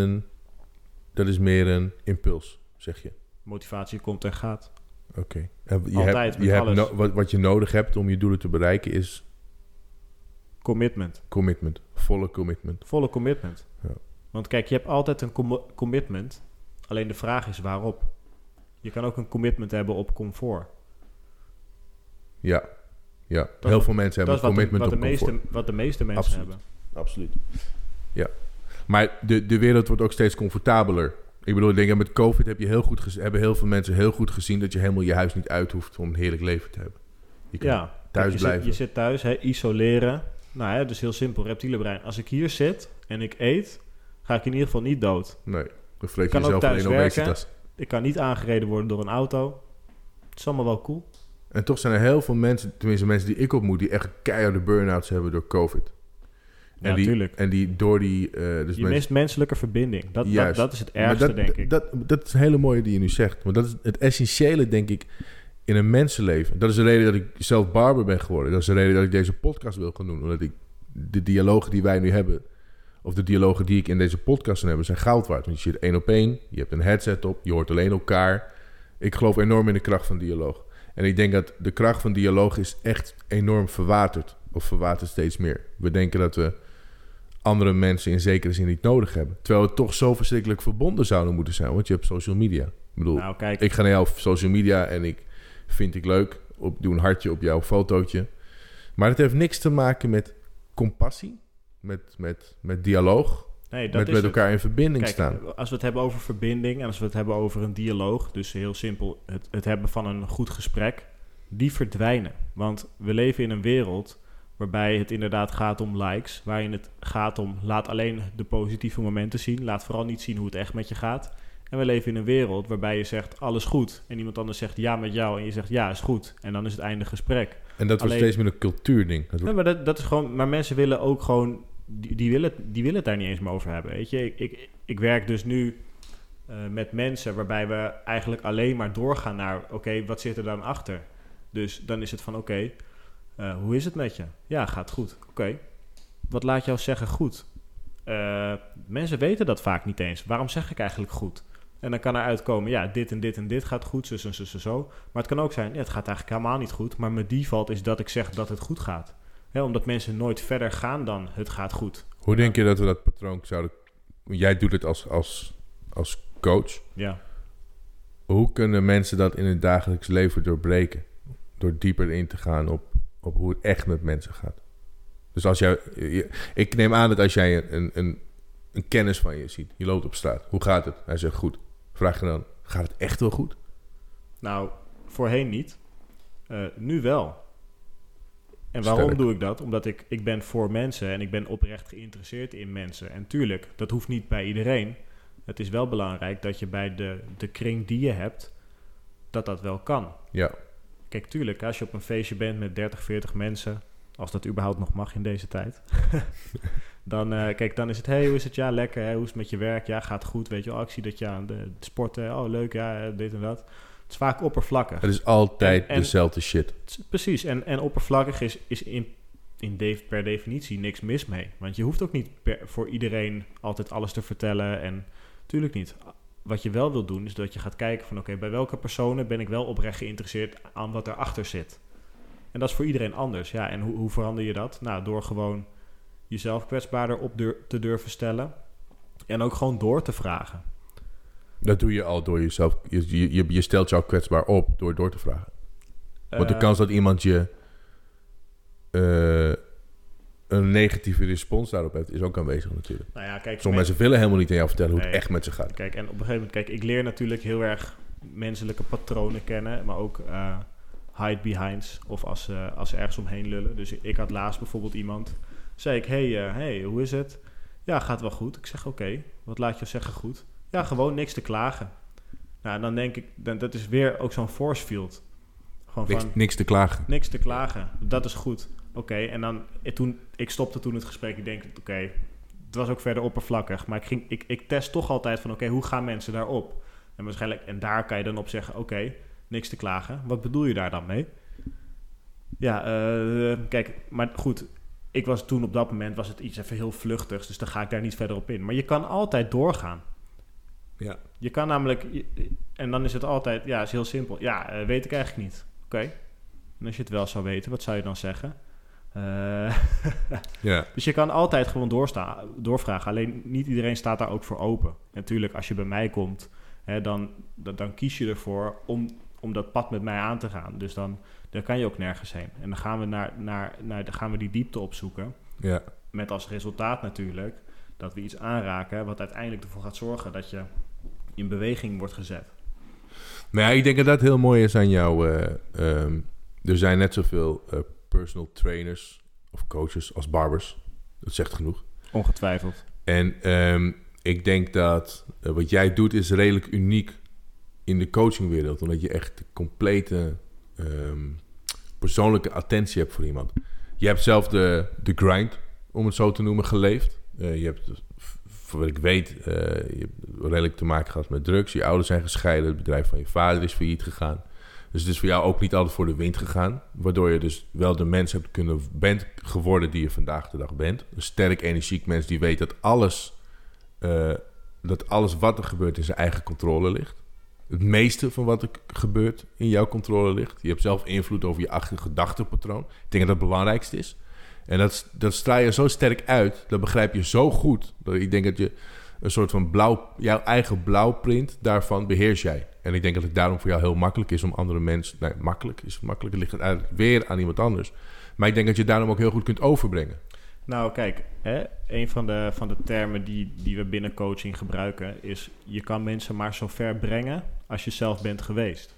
is meer een impuls, zeg je? Motivatie komt en gaat. Oké. Wat je nodig hebt om je doelen te bereiken is? Commitment. Volle commitment. Ja. Want kijk, je hebt altijd een commitment. Alleen de vraag is waarop. Je kan ook een commitment hebben op comfort. Ja. Heel veel mensen hebben een commitment op comfort. Wat de meeste mensen hebben. Absoluut. Ja. Maar de wereld wordt ook steeds comfortabeler. Ik bedoel, ik denk dat met COVID hebben heel veel mensen heel goed gezien dat je helemaal je huis niet uit hoeft om een heerlijk leven te hebben. Je kan thuis blijven. Je zit thuis, isoleren. Nou, dus heel simpel, reptiele brein. Als ik hier zit en ik eet, ga ik in ieder geval niet dood. Nee, dan vreet je jezelf alleen obesitas. Ik kan niet aangereden worden door een auto. Het is allemaal wel cool. En toch zijn er heel veel mensen, tenminste mensen die ik ontmoet, die echt keiharde burn-outs hebben door COVID. Ja, natuurlijk. En die door die... je mist menselijke verbinding. Dat is het ergste, denk ik. Dat is een hele mooie die je nu zegt. Want dat is het essentiële, denk ik, in een mensenleven. Dat is de reden dat ik zelf barber ben geworden. Dat is de reden dat ik deze podcast wil gaan doen. Omdat ik de dialogen die wij nu hebben, of de dialogen die ik in deze podcast heb, zijn goud waard. Want je zit 1 op 1, je hebt een headset op, je hoort alleen elkaar. Ik geloof enorm in de kracht van dialoog. En ik denk dat de kracht van dialoog is echt enorm verwaterd. Of verwatert steeds meer. We denken dat we andere mensen in zekere zin niet nodig hebben. Terwijl we toch zo verschrikkelijk verbonden zouden moeten zijn. Want je hebt social media. Ik bedoel, ik ga naar jouw social media en ik leuk. Doe een hartje op jouw fotootje. Maar het heeft niks te maken met compassie. Met dialoog. Nee, dat met elkaar in verbinding staan. Als we het hebben over verbinding en als we het hebben over een dialoog, dus heel simpel, het hebben van een goed gesprek, die verdwijnen. Want we leven in een wereld waarbij het inderdaad gaat om likes, waarin het gaat om laat alleen de positieve momenten zien, laat vooral niet zien hoe het echt met je gaat. En we leven in een wereld waarbij je zegt alles goed en iemand anders zegt ja met jou en je zegt ja is goed en dan is het einde gesprek. En dat wordt steeds meer een cultuurding. Ja, maar dat is gewoon, maar mensen willen ook gewoon, die willen het daar niet eens meer over hebben. Weet je, ik werk dus nu met mensen waarbij we eigenlijk alleen maar doorgaan naar oké, wat zit er dan achter? Dus dan is het van oké, hoe is het met je? Ja, gaat goed. Oké. Wat laat jou zeggen goed? Mensen weten dat vaak niet eens. Waarom zeg ik eigenlijk goed? En dan kan er uitkomen, ja, dit en dit en dit gaat goed, zo. Maar het kan ook zijn, ja, het gaat eigenlijk helemaal niet goed. Maar mijn default is dat ik zeg dat het goed gaat. Omdat mensen nooit verder gaan dan het gaat goed. Hoe denk je dat we dat patroon zouden... Jij doet het als coach. Ja. Hoe kunnen mensen dat in het dagelijks leven doorbreken? Door dieper in te gaan op hoe het echt met mensen gaat. Dus als jij... Ik neem aan dat als jij een kennis van je ziet. Je loopt op straat. Hoe gaat het? Hij zegt goed. Vraag je dan, gaat het echt wel goed? Nou, voorheen niet. Nu wel. En waarom doe ik dat? Omdat ik ben voor mensen en ik ben oprecht geïnteresseerd in mensen. En tuurlijk, dat hoeft niet bij iedereen. Het is wel belangrijk dat je bij de kring die je hebt, dat wel kan. Ja. Kijk, tuurlijk, als je op een feestje bent met 30, 40 mensen, als dat überhaupt nog mag in deze tijd, dan is het, hey, hoe is het? Ja, lekker. Hè? Hoe is het met je werk? Ja, gaat goed. Weet je wel, ik zie dat je aan de sporten, oh leuk, ja, dit en dat. Het is vaak oppervlakkig. Het is altijd dezelfde shit. Precies, en oppervlakkig is per definitie niks mis mee. Want je hoeft ook niet voor iedereen altijd alles te vertellen en tuurlijk niet. Wat je wel wil doen, is dat je gaat kijken van oké, bij welke personen ben ik wel oprecht geïnteresseerd aan wat erachter zit. En dat is voor iedereen anders. Ja, en hoe verander je dat? Nou, door gewoon jezelf kwetsbaarder op te durven stellen en ook gewoon door te vragen. Dat doe je al door jezelf. Je stelt jou kwetsbaar op door te vragen. Want de kans dat iemand je een negatieve respons daarop heeft, is ook aanwezig natuurlijk. Nou ja, kijk, sommige mensen willen helemaal niet aan jou vertellen hoe het echt met ze gaat. Kijk, en op een gegeven moment, ik leer natuurlijk heel erg menselijke patronen kennen, maar ook hide behinds of als ze ergens omheen lullen. Dus ik had laatst bijvoorbeeld iemand, zei ik, hey, hoe is het? Ja, gaat wel goed. Ik zeg, oké, wat laat je zeggen goed? Ja, gewoon niks te klagen. Nou, dan denk ik, dat is weer ook zo'n force field. Gewoon niks te klagen. Niks te klagen, dat is goed. Oké, en dan, ik stopte toen het gesprek. Ik denk, oké, het was ook verder oppervlakkig. Maar ik test toch altijd van, oké, hoe gaan mensen daarop? En waarschijnlijk, en daar kan je dan op zeggen, oké, niks te klagen. Wat bedoel je daar dan mee? Ja, kijk, maar goed, ik was toen op dat moment, was het iets even heel vluchtigs. Dus dan ga ik daar niet verder op in. Maar je kan altijd doorgaan. Ja. Je kan namelijk, en dan is het altijd, ja, is heel simpel. Ja, weet ik eigenlijk niet. Oké. En als je het wel zou weten, wat zou je dan zeggen? Ja. Dus je kan altijd gewoon doorvragen. Alleen niet iedereen staat daar ook voor open. En natuurlijk, als je bij mij komt, hè, dan kies je ervoor om dat pad met mij aan te gaan. Dus dan kan je ook nergens heen. En dan gaan we dan gaan we die diepte opzoeken. Ja. Met als resultaat natuurlijk dat we iets aanraken wat uiteindelijk ervoor gaat zorgen dat je in beweging wordt gezet. Nou ja, ik denk dat dat heel mooi is aan jou. Er zijn net zoveel personal trainers of coaches als barbers. Dat zegt genoeg. Ongetwijfeld. En ik denk dat wat jij doet is redelijk uniek in de coachingwereld. Omdat je echt de complete persoonlijke attentie hebt voor iemand. Je hebt zelf de grind, om het zo te noemen, geleefd. Je hebt, voor wat ik weet, je hebt redelijk te maken gehad met drugs. Je ouders zijn gescheiden. Het bedrijf van je vader is failliet gegaan. Dus het is voor jou ook niet altijd voor de wind gegaan. Waardoor je dus wel de mens bent geworden die je vandaag de dag bent. Een sterk, energiek mens die weet dat alles wat er gebeurt in zijn eigen controle ligt. Het meeste van wat er gebeurt in jouw controle ligt. Je hebt zelf invloed over je eigen gedachtenpatroon. Ik denk dat het belangrijkste is. En dat straal je zo sterk uit. Dat begrijp je zo goed. Dat ik denk dat je een soort van jouw eigen blauwprint daarvan beheers jij. En ik denk dat het daarom voor jou heel makkelijk is om andere mensen... Nee, makkelijk is het makkelijk. Het ligt eigenlijk weer aan iemand anders. Maar ik denk dat je het daarom ook heel goed kunt overbrengen. Nou, kijk, een van de termen die we binnen coaching gebruiken is: je kan mensen maar zo ver brengen als je zelf bent geweest.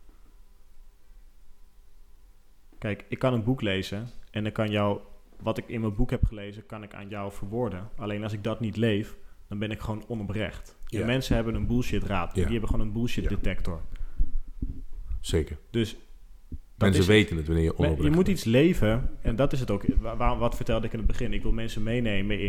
Kijk, ik kan een boek lezen en dan kan wat ik in mijn boek heb gelezen, kan ik aan jou verwoorden. Alleen als ik dat niet leef, dan ben ik gewoon onoprecht. Ja. En mensen hebben een bullshit raad. Die hebben gewoon een bullshit detector. Zeker. Dus mensen weten het wanneer je onoprecht bent. Je moet iets leven en dat is het ook. Wat vertelde ik in het begin? Ik wil mensen meenemen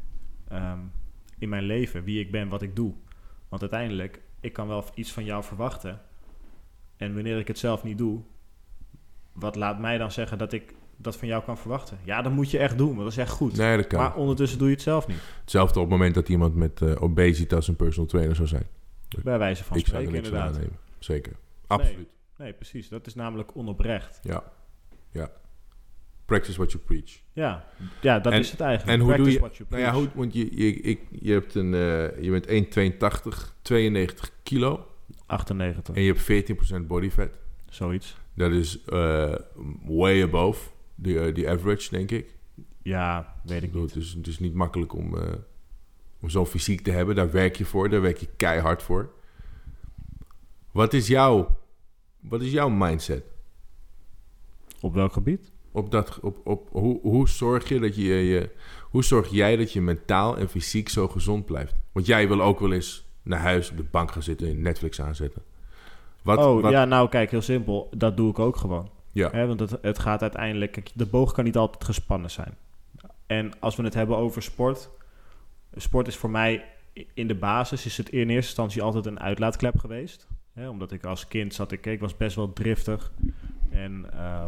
in mijn leven. Wie ik ben, wat ik doe. Want uiteindelijk, ik kan wel iets van jou verwachten. En wanneer ik het zelf niet doe, wat laat mij dan zeggen dat ik dat van jou kan verwachten? Ja, dat moet je echt doen, want dat is echt goed. Nee, dat kan. Maar ondertussen doe je het zelf niet. Hetzelfde op het moment dat iemand met obesitas een personal trainer zou zijn. Bij wijze van spreken, inderdaad. Aannemen. Zeker. Absoluut. Nee, precies. Dat is namelijk onoprecht. Ja. Practice what you preach. Ja, dat is het eigenlijk. En hoe doe je? What you preach. Nou ja, want je bent 1,82, 92 kilo. 98. En je hebt 14% body fat. Zoiets. Dat is way above the average, denk ik. Ja, weet ik niet. Het is niet makkelijk om zo'n fysiek te hebben. Daar werk je voor. Daar werk je keihard voor. Wat is jouw mindset? Op welk gebied? Hoe zorg je hoe zorg jij dat je mentaal en fysiek zo gezond blijft? Want jij wil ook wel eens naar huis op de bank gaan zitten en Netflix aanzetten. Ja, nou kijk, heel simpel. Dat doe ik ook gewoon. Ja. Want het gaat uiteindelijk... Kijk, de boog kan niet altijd gespannen zijn. En als we het hebben over sport... Sport is voor mij in de basis... is het in eerste instantie altijd een uitlaatklep geweest. Omdat ik als kind ik was best wel driftig. En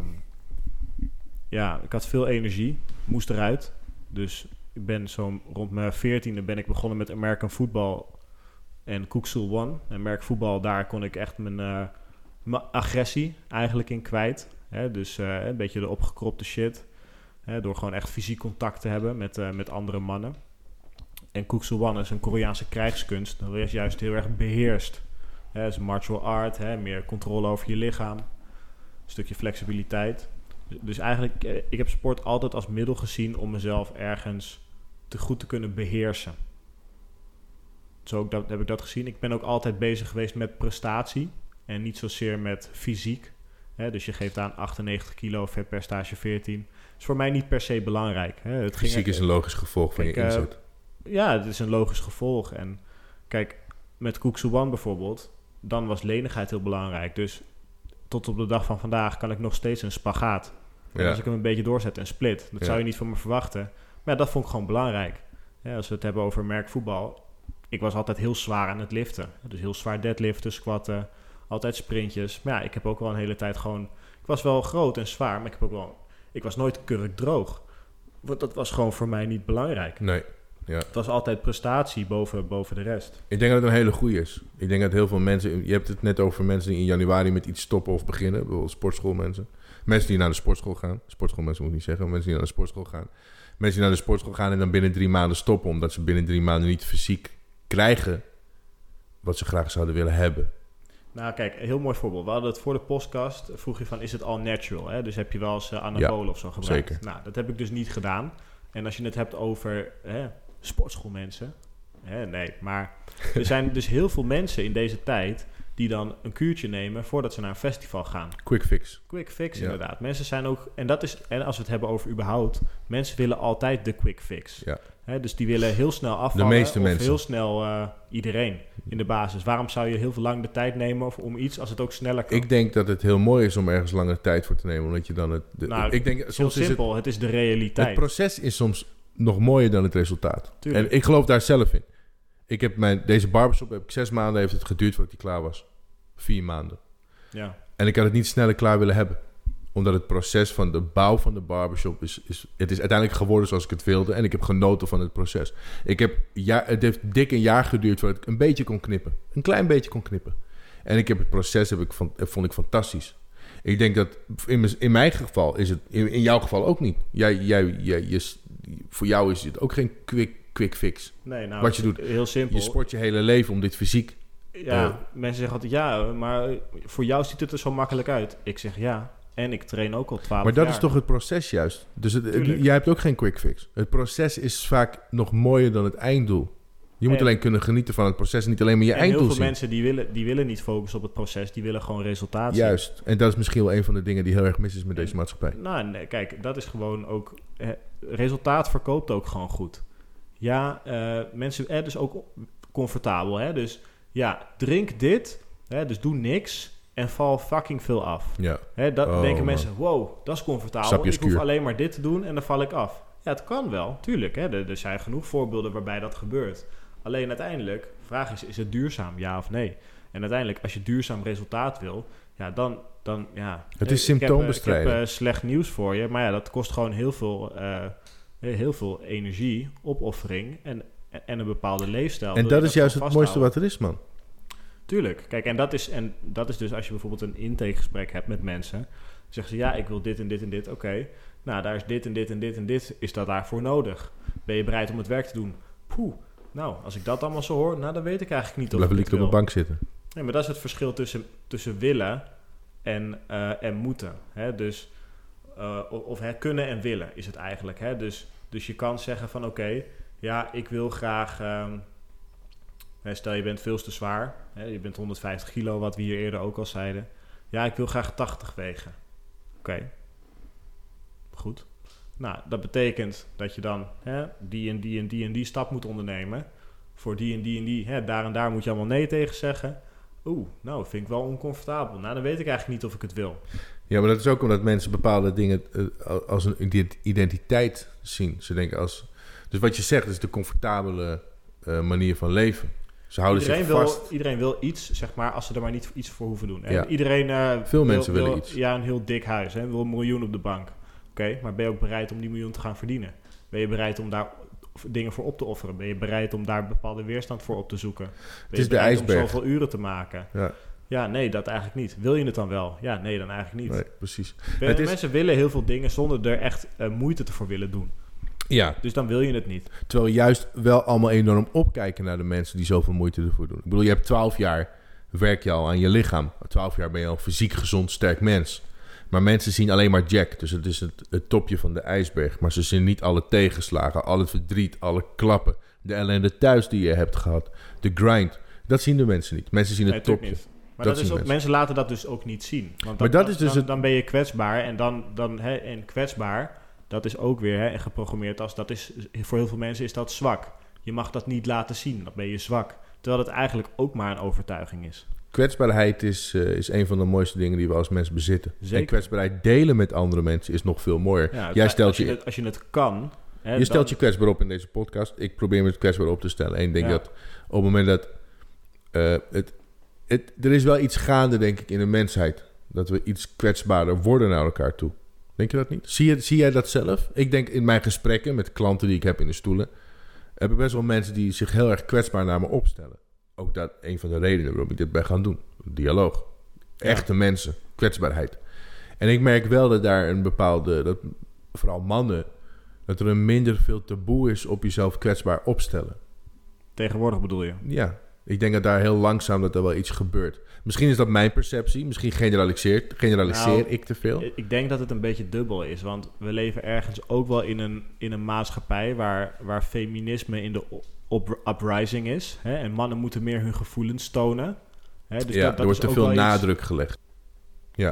ik had veel energie. Moest eruit. Dus ik ben zo rond mijn 14e ben ik begonnen met American Football... En Koeksoel One. En merkvoetbal, daar kon ik echt mijn agressie eigenlijk in kwijt. Dus een beetje de opgekropte shit. Door gewoon echt fysiek contact te hebben met andere mannen. En Koeksoel One is een Koreaanse krijgskunst. Dat is juist heel erg beheerst. Het is een martial art, meer controle over je lichaam. Een stukje flexibiliteit. Dus eigenlijk, ik heb sport altijd als middel gezien om mezelf ergens goed te kunnen beheersen. Zo heb ik dat gezien. Ik ben ook altijd bezig geweest met prestatie en niet zozeer met fysiek. Dus je geeft aan 98 kilo, vetpercentage 14. Dat is voor mij niet per se belangrijk. Fysiek is een logisch gevolg van je inzet. Ja, het is een logisch gevolg. En kijk, met Koeksoewan bijvoorbeeld, dan was lenigheid heel belangrijk. Dus tot op de dag van vandaag kan ik nog steeds een spagaat. Ja. Als ik hem een beetje doorzet en split, dat zou je niet van me verwachten. Maar ja, dat vond ik gewoon belangrijk. Als we het hebben over merkvoetbal... Ik was altijd heel zwaar aan het liften. Dus heel zwaar deadliften, squatten, altijd sprintjes. Maar ja, ik heb ook wel een hele tijd gewoon... Ik was wel groot en zwaar, maar ik was nooit kurkdroog. Want dat was gewoon voor mij niet belangrijk. Nee. Ja. Het was altijd prestatie boven de rest. Ik denk dat het een hele goeie is. Ik denk dat heel veel mensen... Je hebt het net over mensen die in januari met iets stoppen of beginnen. Bijvoorbeeld sportschoolmensen. Mensen die naar de sportschool gaan. Sportschoolmensen moet ik niet zeggen. Mensen die naar de sportschool gaan. Mensen die naar de sportschool gaan en dan binnen 3 maanden stoppen. Omdat ze binnen 3 maanden niet fysiek krijgen wat ze graag zouden willen hebben. Nou kijk, een heel mooi voorbeeld. We hadden het voor de podcast. Vroeg je van, is het all natural? Dus heb je wel eens anabolen of zo gebruikt? Zeker. Nou, dat heb ik dus niet gedaan. En als je het hebt over sportschoolmensen... nee, maar er zijn dus heel veel mensen in deze tijd... die dan een kuurtje nemen voordat ze naar een festival gaan. Quick fix. Quick fix, inderdaad. Mensen zijn ook... En als we het hebben over überhaupt... Mensen willen altijd de quick fix. Ja. Dus die willen heel snel afvallen. De meeste mensen. Heel snel iedereen in de basis. Waarom zou je heel veel lang de tijd nemen om iets als het ook sneller kan? Ik denk dat het heel mooi is om ergens langer tijd voor te nemen. Omdat je dan ik denk, soms heel simpel. Het is de realiteit. Het proces is soms nog mooier dan het resultaat. Tuurlijk. En ik geloof daar zelf in. Ik heb deze barbershop heb ik 6 maanden heeft het geduurd voordat die klaar was. 4 maanden. Ja. En ik had het niet sneller klaar willen hebben. Omdat het proces van de bouw van de barbershop het is uiteindelijk geworden zoals ik het wilde. En ik heb genoten van het proces. Het heeft dik een jaar geduurd voordat ik een beetje kon knippen. Een klein beetje kon knippen. En ik heb het proces vond ik fantastisch. Ik denk dat in mijn geval is het... In jouw geval ook niet. Voor jou is het ook geen quick fix. Nee, nou, wat je doet, heel simpel. Je sport je hele leven om dit fysiek... Ja, mensen zeggen altijd... Ja, maar voor jou ziet het er zo makkelijk uit. Ik zeg ja. En ik train ook al 12 jaar. Maar dat is toch het proces juist? Dus jij hebt ook geen quick fix. Het proces is vaak nog mooier dan het einddoel. Je moet alleen kunnen genieten van het proces en niet alleen maar je einddoel zien. Heel veel mensen die willen niet focussen op het proces. Die willen gewoon resultaat zien. Juist. En dat is misschien wel een van de dingen die heel erg mis is met deze maatschappij. Nou, nee, kijk, dat is gewoon ook... resultaat verkoopt ook gewoon goed. Ja, mensen... dus ook comfortabel, hè. Dus ja, drink dit. Hè, dus doe niks. En val fucking veel af. Ja. Hè, denken mensen, wow, dat is comfortabel. Ik hoef alleen maar dit te doen en dan val ik af. Ja, het kan wel, tuurlijk. Hè. Er zijn genoeg voorbeelden waarbij dat gebeurt. Alleen uiteindelijk, de vraag is het duurzaam, ja of nee? En uiteindelijk, als je duurzaam resultaat wil, ja, dan ja... Het is symptoombestrijding. Ik heb slecht nieuws voor je, maar ja, dat kost gewoon heel veel energie, opoffering en een bepaalde leefstijl. En dat is juist het mooiste wat er is, man. Tuurlijk. Kijk, en dat is dus als je bijvoorbeeld een intakegesprek hebt met mensen, zeggen ze, ja, ik wil dit en dit en dit. Oké, nou, daar is dit en dit en dit en dit, is dat daarvoor nodig? Ben je bereid om het werk te doen? Poeh. Nou, als ik dat allemaal zo hoor, nou, dan weet ik eigenlijk niet of ik het wil. Blijf op de bank zitten. Nee, maar dat is het verschil tussen willen en moeten. Hè? Dus, of kunnen en willen is het eigenlijk. Hè? Dus je kan zeggen van oké, ja, ik wil graag... stel je bent veel te zwaar. Hè? Je bent 150 kilo, wat we hier eerder ook al zeiden. Ja, ik wil graag 80 wegen. Oké. Goed. Nou, dat betekent dat je dan die en die en die en die stap moet ondernemen. Voor die en die en die. Daar en daar moet je allemaal nee tegen zeggen. Nou, vind ik wel oncomfortabel. Nou, dan weet ik eigenlijk niet of ik het wil. Ja, maar dat is ook omdat mensen bepaalde dingen als een identiteit zien. Ze denken Dus wat je zegt is de comfortabele manier van leven. Ze houden zich vast. Iedereen wil iets, zeg maar, als ze er maar niet iets voor hoeven doen. Ja. Veel mensen willen iets. Ja, een heel dik huis. Wil $1 miljoen op de bank. Oké, maar ben je ook bereid om die $1 miljoen te gaan verdienen? Ben je bereid om daar dingen voor op te offeren? Ben je bereid om daar bepaalde weerstand voor op te zoeken? Ben je bereid om zoveel uren te maken? Ja, nee, dat eigenlijk niet. Wil je het dan wel? Ja, nee, dan eigenlijk niet. Nee, precies. Mensen willen heel veel dingen zonder er echt moeite voor willen doen. Ja. Dus dan wil je het niet. Terwijl we juist wel allemaal enorm opkijken naar de mensen die zoveel moeite ervoor doen. Ik bedoel, je hebt 12 jaar, werk je al aan je lichaam. 12 jaar ben je al fysiek gezond, sterk mens. Maar mensen zien alleen maar Jack. Dus het is het topje van de ijsberg. Maar ze zien niet alle tegenslagen, al het verdriet, alle klappen. De ellende thuis die je hebt gehad. De grind. Dat zien de mensen niet. Mensen zien het topje. Niet. Maar dat is ook, mensen laten dat dus ook niet zien. Want dan ben je kwetsbaar. En kwetsbaar, dat is ook weer geprogrammeerd als... voor heel veel mensen is dat zwak. Je mag dat niet laten zien. Dan ben je zwak. Terwijl het eigenlijk ook maar een overtuiging is. Kwetsbaarheid is een van de mooiste dingen die we als mens bezitten. Zeker. En kwetsbaarheid delen met andere mensen is nog veel mooier. Ja, als je het kan... je stelt je kwetsbaar op in deze podcast. Ik probeer me het kwetsbaar op te stellen. En ik denk dat op het moment dat... er is wel iets gaande, denk ik, in de mensheid. Dat we iets kwetsbaarder worden naar elkaar toe. Denk je dat niet? Zie jij dat zelf? Ik denk in mijn gesprekken met klanten die ik heb in de stoelen... heb ik best wel mensen die zich heel erg kwetsbaar naar me opstellen. Ook dat een van de redenen waarom ik dit ben gaan doen. Dialoog. Echte mensen. Kwetsbaarheid. En ik merk wel dat daar een bepaalde... dat vooral mannen... dat er een minder veel taboe is op jezelf kwetsbaar opstellen. Tegenwoordig bedoel je? Ja. Ik denk dat daar heel langzaam dat er wel iets gebeurt. Misschien is dat mijn perceptie. Misschien generaliseer ik te veel. Ik denk dat het een beetje dubbel is. Want we leven ergens ook wel in een maatschappij... waar feminisme in de uprising is. Hè? En mannen moeten meer hun gevoelens tonen. Hè? Dus er wordt te veel nadruk gelegd. Ja.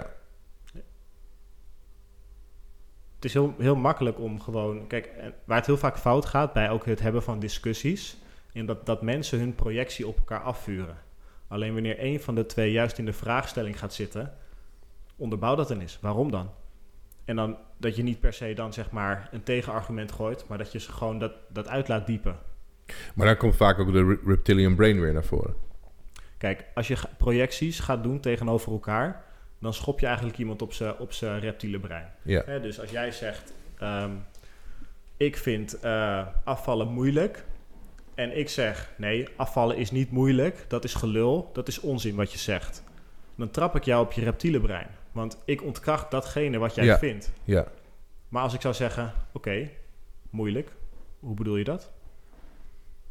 Het is heel makkelijk om gewoon... Kijk, waar het heel vaak fout gaat... bij ook het hebben van discussies... in dat mensen hun projectie op elkaar afvuren. Alleen wanneer een van de twee juist in de vraagstelling gaat zitten... onderbouw dat dan eens. Waarom dan? En dan dat je niet per se dan zeg maar een tegenargument gooit... maar dat je ze gewoon dat uit laat diepen. Maar dan komt vaak ook de reptilian brain weer naar voren. Kijk, als je projecties gaat doen tegenover elkaar... dan schop je eigenlijk iemand op zijn reptiele brein. Ja. Dus als jij zegt... ik vind afvallen moeilijk... en ik zeg... nee, afvallen is niet moeilijk... dat is gelul, dat is onzin wat je zegt... dan trap ik jou op je reptiele brein. Want ik ontkracht datgene wat jij vindt. Ja. Maar als ik zou zeggen... oké, moeilijk... hoe bedoel je dat?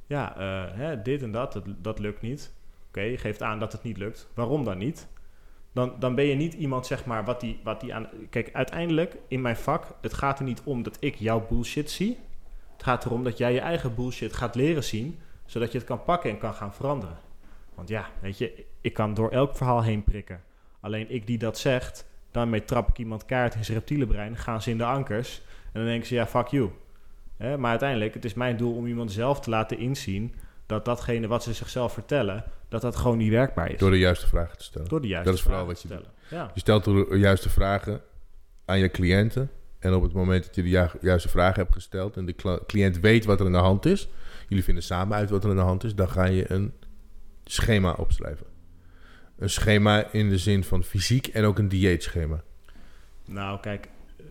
Ja, dit en dat lukt niet. Oké, je geeft aan dat het niet lukt. Waarom dan niet? dan ben je niet iemand, zeg maar, wat die aan... Kijk, uiteindelijk in mijn vak, het gaat er niet om dat ik jouw bullshit zie. Het gaat erom dat jij je eigen bullshit gaat leren zien, zodat je het kan pakken en kan gaan veranderen. Want ja, weet je, ik kan door elk verhaal heen prikken. Alleen ik die dat zegt, daarmee trap ik iemand kaart in zijn reptiele brein, gaan ze in de ankers en dan denken ze, ja, fuck you. Maar uiteindelijk, het is mijn doel om iemand zelf te laten inzien dat datgene wat ze zichzelf vertellen, dat gewoon niet werkbaar is. Door de juiste vragen te stellen. Door de juiste dat is vooral vragen wat te stellen. Ja. Je stelt de juiste vragen aan je cliënten. En op het moment dat je de juiste vragen hebt gesteld en de cliënt weet wat er aan de hand is, jullie vinden samen uit wat er aan de hand is, dan ga je een schema opschrijven. Een schema in de zin van fysiek en ook een dieetschema. Nou, kijk,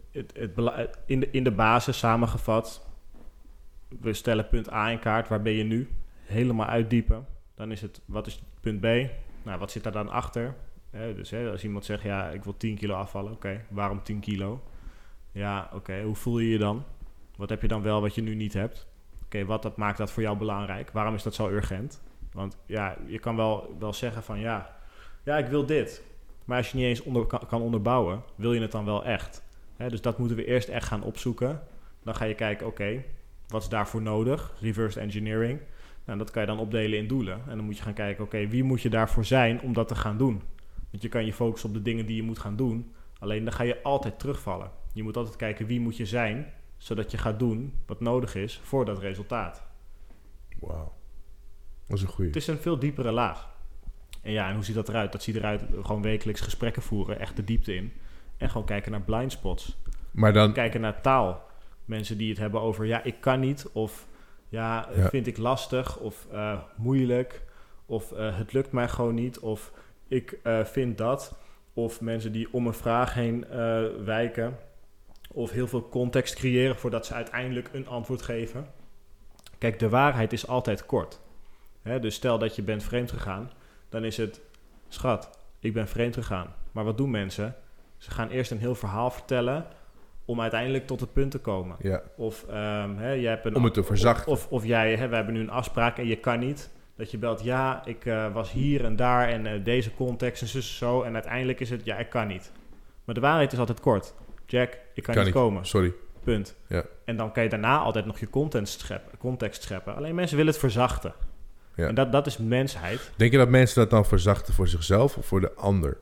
in de basis samengevat, we stellen punt A in kaart, waar ben je nu? Helemaal uitdiepen. Dan is het, wat is punt B? Nou, wat zit daar dan achter? Dus als iemand zegt, ja, ik wil 10 kilo afvallen. Oké, waarom 10 kilo? Ja, oké, hoe voel je je dan? Wat heb je dan wel wat je nu niet hebt? Oké, wat maakt dat voor jou belangrijk? Waarom is dat zo urgent? Want ja, je kan wel zeggen van, ja, ik wil dit. Maar als je niet eens kan onderbouwen, wil je het dan wel echt? Dus dat moeten we eerst echt gaan opzoeken. Dan ga je kijken, oké, wat is daarvoor nodig? Reverse engineering. Nou, dat kan je dan opdelen in doelen. En dan moet je gaan kijken, oké, wie moet je daarvoor zijn om dat te gaan doen? Want je kan je focussen op de dingen die je moet gaan doen. Alleen dan ga je altijd terugvallen. Je moet altijd kijken, wie moet je zijn, zodat je gaat doen wat nodig is voor dat resultaat. Wauw. Dat is een goeie. Het is een veel diepere laag. En ja, en hoe ziet dat eruit? Dat ziet eruit gewoon wekelijks gesprekken voeren, echt de diepte in. En gewoon kijken naar blind spots. Maar dan... Kijken naar taal. Mensen die het hebben over, ja, ik kan niet, of ja, vind ik lastig, of moeilijk, of het lukt mij gewoon niet, of ik vind dat. Of mensen die om een vraag heen wijken, of heel veel context creëren voordat ze uiteindelijk een antwoord geven. Kijk, de waarheid is altijd kort. Dus stel dat je bent vreemd gegaan, dan is het, schat, ik ben vreemd gegaan. Maar wat doen mensen? Ze gaan eerst een heel verhaal vertellen om uiteindelijk tot het punt te komen. Ja. Of jij hebt om het te verzachten. Of jij, we hebben nu een afspraak en je kan niet. Dat je belt, ja, ik was hier en daar en deze context en zo. En uiteindelijk is het, ja, ik kan niet. Maar de waarheid is altijd kort. Jack, ik kan niet komen. Sorry. Punt. Ja. En dan kan je daarna altijd nog je context scheppen. Alleen mensen willen het verzachten. Ja. En dat is mensheid. Denk je dat mensen dat dan verzachten voor zichzelf of voor de ander?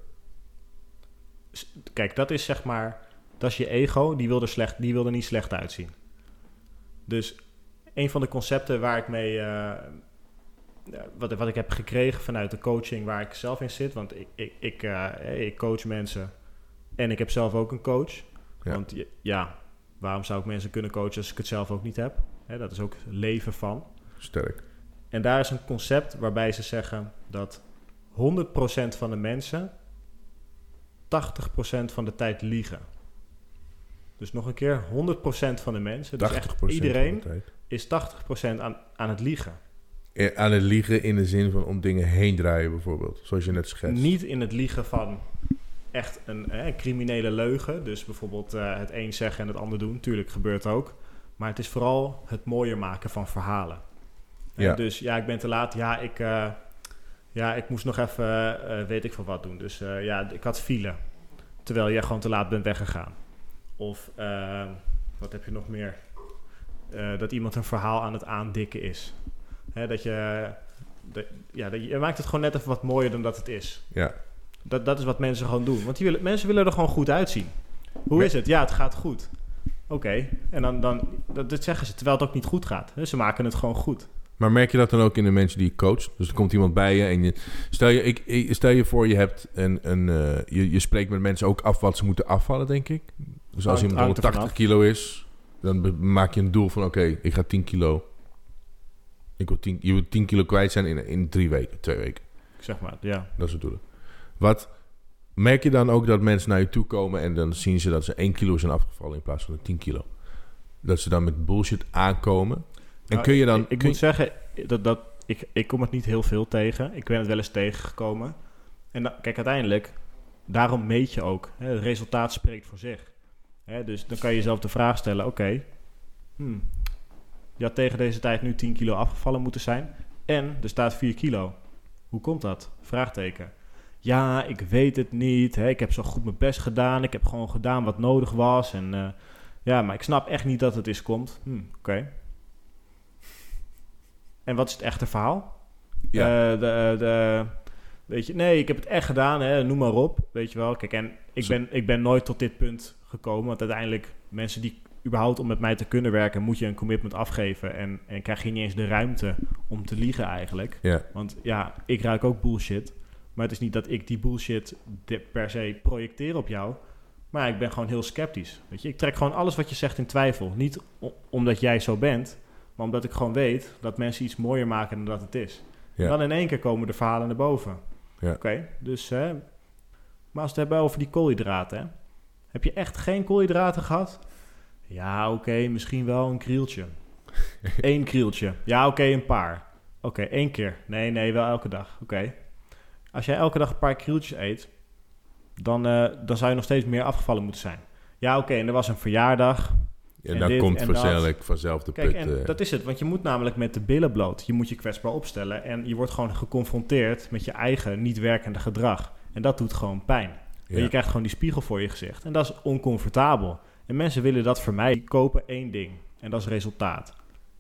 Kijk, dat is zeg maar, dat is je ego, die wil er niet slecht uitzien. Dus een van de concepten waar ik mee, wat ik heb gekregen vanuit de coaching waar ik zelf in zit, want ik coach mensen en ik heb zelf ook een coach. Ja. Want ja, waarom zou ik mensen kunnen coachen als ik het zelf ook niet heb? Dat is ook leven van. Sterk. En daar is een concept waarbij ze zeggen dat 100% van de mensen 80% van de tijd liegen. Dus nog een keer, 100% van de mensen, dus echt iedereen, is 80% aan het liegen. Aan het liegen in de zin van om dingen heen draaien bijvoorbeeld, zoals je net schetst. Niet in het liegen van echt een criminele leugen. Dus bijvoorbeeld het een zeggen en het ander doen. Tuurlijk gebeurt ook. Maar het is vooral het mooier maken van verhalen. Ja. Dus ja, ik ben te laat. Ja, ik moest nog even weet ik veel wat doen. Dus ik had file. Terwijl jij gewoon te laat bent weggegaan. Of wat heb je nog meer? Dat iemand een verhaal aan het aandikken is. Dat je maakt het gewoon net even wat mooier dan dat het is. Ja. Dat is wat mensen gewoon doen. Want mensen willen er gewoon goed uitzien. Hoe is het? Ja, het gaat goed. Oké. En dan dat zeggen ze, terwijl het ook niet goed gaat. Dus ze maken het gewoon goed. Maar merk je dat dan ook in de mensen die je coacht? Dus er komt iemand bij je en stel je voor je hebt je spreekt met mensen ook af wat ze moeten afvallen, denk ik. Dus als iemand 180 kilo is, dan maak je een doel van oké, ik ga 10 kilo. Je wil 10 kilo kwijt zijn in 2 weken. Zeg maar, ja. Dat is het doel. Wat merk je dan ook dat mensen naar je toe komen en dan zien ze dat ze 1 kilo zijn afgevallen in plaats van 10 kilo? Dat ze dan met bullshit aankomen. En kun je dan... Ik moet zeggen, ik kom het niet heel veel tegen. Ik ben het wel eens tegengekomen. En kijk, uiteindelijk, daarom meet je ook. Het resultaat spreekt voor zich. Dus dan kan je jezelf de vraag stellen, oké, je had tegen deze tijd nu 10 kilo afgevallen moeten zijn. En er staat 4 kilo. Hoe komt dat? Vraagteken. ja, ik weet het niet. Hè? Ik heb zo goed mijn best gedaan. Ik heb gewoon gedaan wat nodig was. En maar ik snap echt niet dat het is komt. Oké. En wat is het echte verhaal? Ja. Weet je, nee, ik heb het echt gedaan, hè, noem maar op. Weet je wel, kijk, en ik ben nooit tot dit punt gekomen. Want uiteindelijk, mensen die überhaupt om met mij te kunnen werken, moet je een commitment afgeven. En krijg je niet eens de ruimte om te liegen eigenlijk. Ja. Want ja, ik ruik ook bullshit. Maar het is niet dat ik die bullshit per se projecteer op jou. Maar ik ben gewoon heel sceptisch. Weet je, ik trek gewoon alles wat je zegt in twijfel. Niet omdat jij zo bent, maar omdat ik gewoon weet dat mensen iets mooier maken dan dat het is. Ja. En dan in één keer komen de verhalen naar boven. Ja. Oké, dus maar als we het hebben over die koolhydraten, hè? Heb je echt geen koolhydraten gehad? Ja, oké, misschien wel een krieltje. 1 krieltje. Ja, oké, een paar. Oké, 1 keer. Nee, wel elke dag. Oké. Als jij elke dag een paar krieltjes eet, dan zou je nog steeds meer afgevallen moeten zijn. Ja, oké, en er was een verjaardag. En dan komt vanzelf de Kijk, put. en dat is het, want je moet namelijk met de billen bloot. Je moet je kwetsbaar opstellen en je wordt gewoon geconfronteerd met je eigen niet werkende gedrag. En dat doet gewoon pijn. Ja. Je krijgt gewoon die spiegel voor je gezicht. En dat is oncomfortabel. En mensen willen dat vermijden. Die kopen 1 ding en dat is resultaat.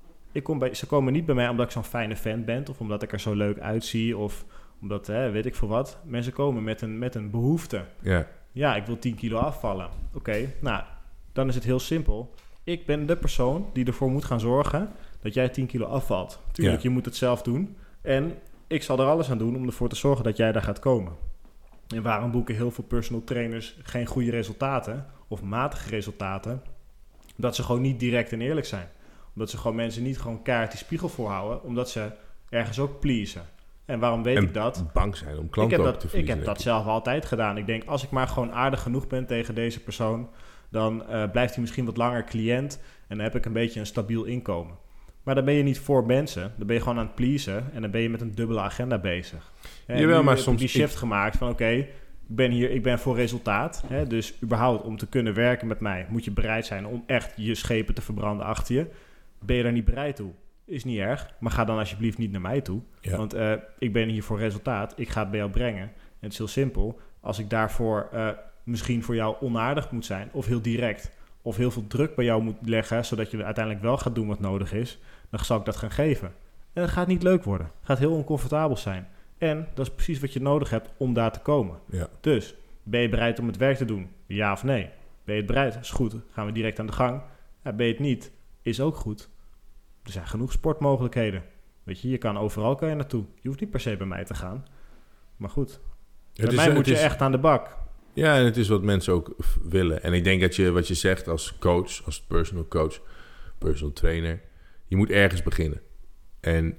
Ze komen niet bij mij omdat ik zo'n fijne fan ben of omdat ik er zo leuk uitzie of omdat, weet ik veel wat. Mensen komen met een behoefte. Ja, ik wil 10 kilo afvallen. Oké, nou, dan is het heel simpel. Ik ben de persoon die ervoor moet gaan zorgen dat jij 10 kilo afvalt. Tuurlijk, je moet het zelf doen. En ik zal er alles aan doen om ervoor te zorgen dat jij daar gaat komen. En waarom boeken heel veel personal trainers geen goede resultaten of matige resultaten? Dat ze gewoon niet direct en eerlijk zijn. Omdat ze gewoon mensen niet gewoon keihard die spiegel voorhouden, omdat ze ergens ook pleasen. En waarom weet ik dat? Bang zijn om klanten ook te verliezen. Ik heb dat zelf altijd gedaan. Ik denk, als ik maar gewoon aardig genoeg ben tegen deze persoon, dan blijft hij misschien wat langer cliënt en dan heb ik een beetje een stabiel inkomen. Maar dan ben je niet voor mensen, dan ben je gewoon aan het pleasen en dan ben je met een dubbele agenda bezig. Jawel, maar soms die shift gemaakt van oké, ik ben voor resultaat. Hè, dus überhaupt om te kunnen werken met mij moet je bereid zijn om echt je schepen te verbranden achter je. Ben je daar niet bereid toe? Is niet erg, maar ga dan alsjeblieft niet naar mij toe. Ja. Want ik ben hier voor resultaat, ik ga het bij jou brengen. En het is heel simpel, als ik daarvoor misschien voor jou onaardig moet zijn of heel direct of heel veel druk bij jou moet leggen, zodat je uiteindelijk wel gaat doen wat nodig is, dan zal ik dat gaan geven. En dat gaat niet leuk worden. Het gaat heel oncomfortabel zijn. En dat is precies wat je nodig hebt om daar te komen. Ja. Dus, ben je bereid om het werk te doen? Ja of nee? Ben je het bereid? Is goed. Gaan we direct aan de gang. Ja, ben je het niet? Is ook goed. Er zijn genoeg sportmogelijkheden. Weet je overal naartoe. Je hoeft niet per se bij mij te gaan. Maar goed. Bij mij moet je echt aan de bak. Ja, en het is wat mensen ook willen. En ik denk dat wat je zegt als coach, als personal coach, personal trainer, je moet ergens beginnen. En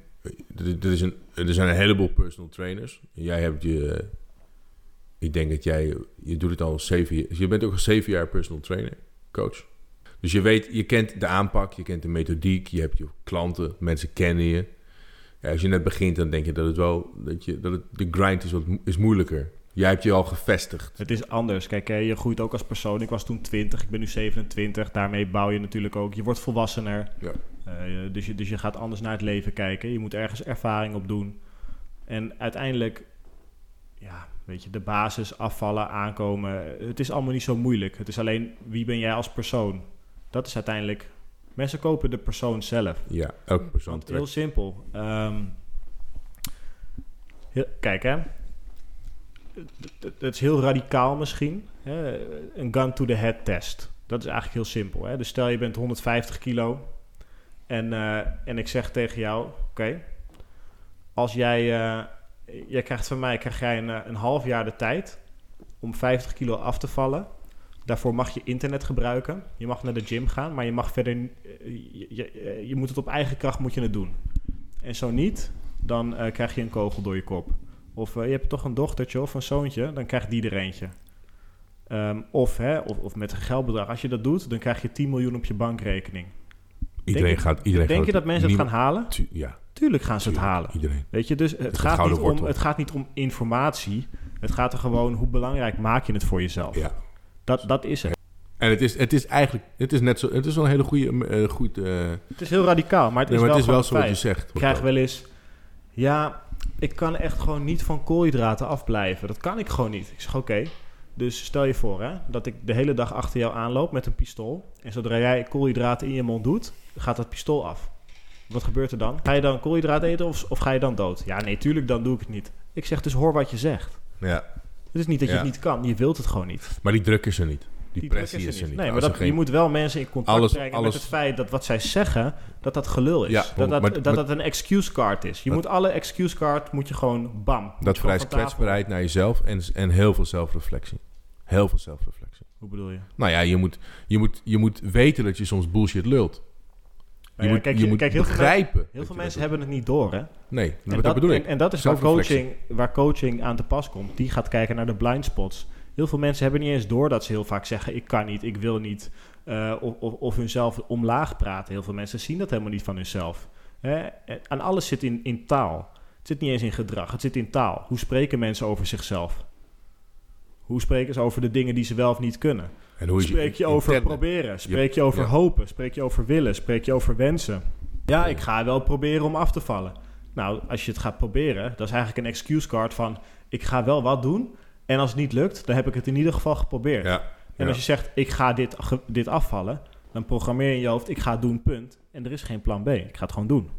er zijn een heleboel personal trainers. Jij hebt ik denk dat je doet het al 7 jaar. Je bent ook al 7 jaar personal trainer, coach. Dus je kent de aanpak, je kent de methodiek, je hebt je klanten, mensen kennen je. Ja, als je net begint, dan denk je de grind is moeilijker. Jij hebt je al gevestigd. Het is anders. Kijk, je groeit ook als persoon. Ik was toen 20, ik ben nu 27. Daarmee bouw je natuurlijk ook. Je wordt volwassener. Ja. Dus je gaat anders naar het leven kijken. Je moet ergens ervaring op doen. En uiteindelijk, ja, weet je, de basis, afvallen, aankomen. Het is allemaal niet zo moeilijk. Het is alleen, wie ben jij als persoon? Dat is uiteindelijk, mensen kopen de persoon zelf. Ja, elke persoon. Heel simpel. Kijk, hè. Het is heel radicaal misschien. Hè? Een gun to the head test. Dat is eigenlijk heel simpel. Hè? Dus stel je bent 150 kilo. En ik zeg tegen jou, oké, als jij krijgt van mij een half jaar de tijd om 50 kilo af te vallen. Daarvoor mag je internet gebruiken. Je mag naar de gym gaan, maar je mag verder. Je moet het op eigen kracht moet je het doen. En zo niet, dan krijg je een kogel door je kop. Of je hebt toch een dochtertje of een zoontje, dan krijgt die er eentje. Of met een geldbedrag. Als je dat doet, dan krijg je 10 miljoen op je bankrekening. Denk je dat mensen het gaan halen? Ja. Tuurlijk gaan ze het halen. Iedereen. Weet je, dus het gaat niet om informatie. Het gaat er gewoon, hoe belangrijk maak je het voor jezelf? Ja. Dat is het. En het is eigenlijk, het is wel een hele goede... Het is heel radicaal, maar het is wel zo wat je zegt. Ik krijg wel eens, ja, ik kan echt gewoon niet van koolhydraten afblijven. Dat kan ik gewoon niet. Ik zeg, oké. Dus stel je voor dat ik de hele dag achter jou aanloop met een pistool. En zodra jij koolhydraten in je mond doet, gaat dat pistool af. Wat gebeurt er dan? Ga je dan koolhydraten eten of ga je dan dood? Ja, nee, tuurlijk, dan doe ik het niet. Ik zeg dus, hoor wat je zegt. Ja. Het is niet dat je het niet kan. Je wilt het gewoon niet. Maar die druk is er niet. Die pressie is er niet. Nee, maar je moet wel mensen in contact brengen met het feit dat wat zij zeggen, dat gelul is. Ja, dat een excuse card is. Je moet alle excuse card moet je gewoon bam. Dat vereist kwetsbaarheid naar jezelf en heel veel zelfreflectie. Heel veel zelfreflectie. Hoe bedoel je? Nou ja, je moet weten dat je soms bullshit lult. Je moet begrijpen. Heel veel mensen hebben het niet door, hè? Nee, dat bedoel ik. En dat is waar coaching aan te pas komt. Die gaat kijken naar de blind spots. Heel veel mensen hebben niet eens door dat ze heel vaak zeggen, ik kan niet, ik wil niet. Of hunzelf omlaag praten. Heel veel mensen zien dat helemaal niet van hunzelf. En alles zit in taal. Het zit niet eens in gedrag, het zit in taal. Hoe spreken mensen over zichzelf? Hoe spreken ze over de dingen die ze wel of niet kunnen? En hoe spreek je over proberen? Spreek je over hopen? Spreek je over willen? Spreek je over wensen? Ja, ik ga wel proberen om af te vallen. Nou, als je het gaat proberen, dat is eigenlijk een excuse card van, ik ga wel wat doen. En als het niet lukt, dan heb ik het in ieder geval geprobeerd. Ja, en als je zegt, ik ga dit afvallen, dan programmeer je in je hoofd, ik ga het doen, punt. En er is geen plan B. Ik ga het gewoon doen.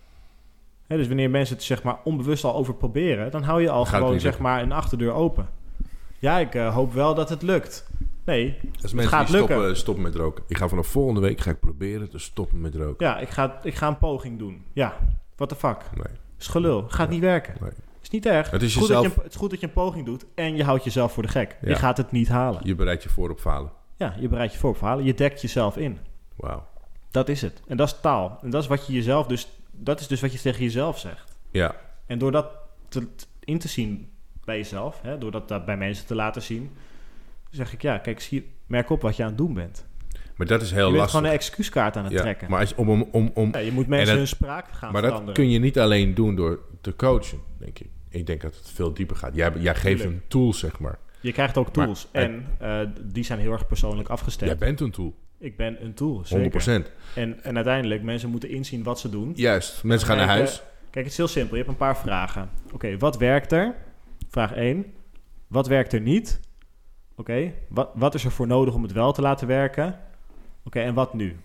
Dus wanneer mensen het zeg maar onbewust al over proberen, dan hou je al gewoon zeg maar een achterdeur open. Ja, ik hoop wel dat het lukt. Nee, als mensen gaat die stoppen met roken. Ik ga vanaf volgende week proberen te stoppen met roken. Ja, ik ga een poging doen. Ja, what the fuck? Nee. Is gelul. Gaat niet werken. Nee. Is niet erg. Het is goed dat je een poging doet en je houdt jezelf voor de gek. Ja. Je gaat het niet halen. Je bereidt je voor op falen. Ja, je bereidt je voor op falen. Je dekt jezelf in. Wauw. Dat is het. En dat is taal. En dat is wat je jezelf dat is dus wat je tegen jezelf zegt. Ja. En door dat in te zien bij jezelf, door dat bij mensen te laten zien, zeg ik, ja, kijk, merk op wat je aan het doen bent. Maar dat is heel lastig. Je bent gewoon een excuuskaart aan het trekken. Maar je moet mensen hun spraak gaan veranderen. Maar dat kun je niet alleen doen door te coachen, denk ik. Ik denk dat het veel dieper gaat. Jij geeft een tool, zeg maar. Je krijgt ook tools. Die zijn heel erg persoonlijk afgestemd. Jij bent een tool. Ik ben een tool, zeker. 100%. En uiteindelijk, mensen moeten inzien wat ze doen. Juist, mensen gaan naar huis. Kijk, het is heel simpel. Je hebt een paar vragen. Oké, wat werkt er? Vraag 1. Wat werkt er niet? Oké, wat is er voor nodig om het wel te laten werken? Oké, en wat nu?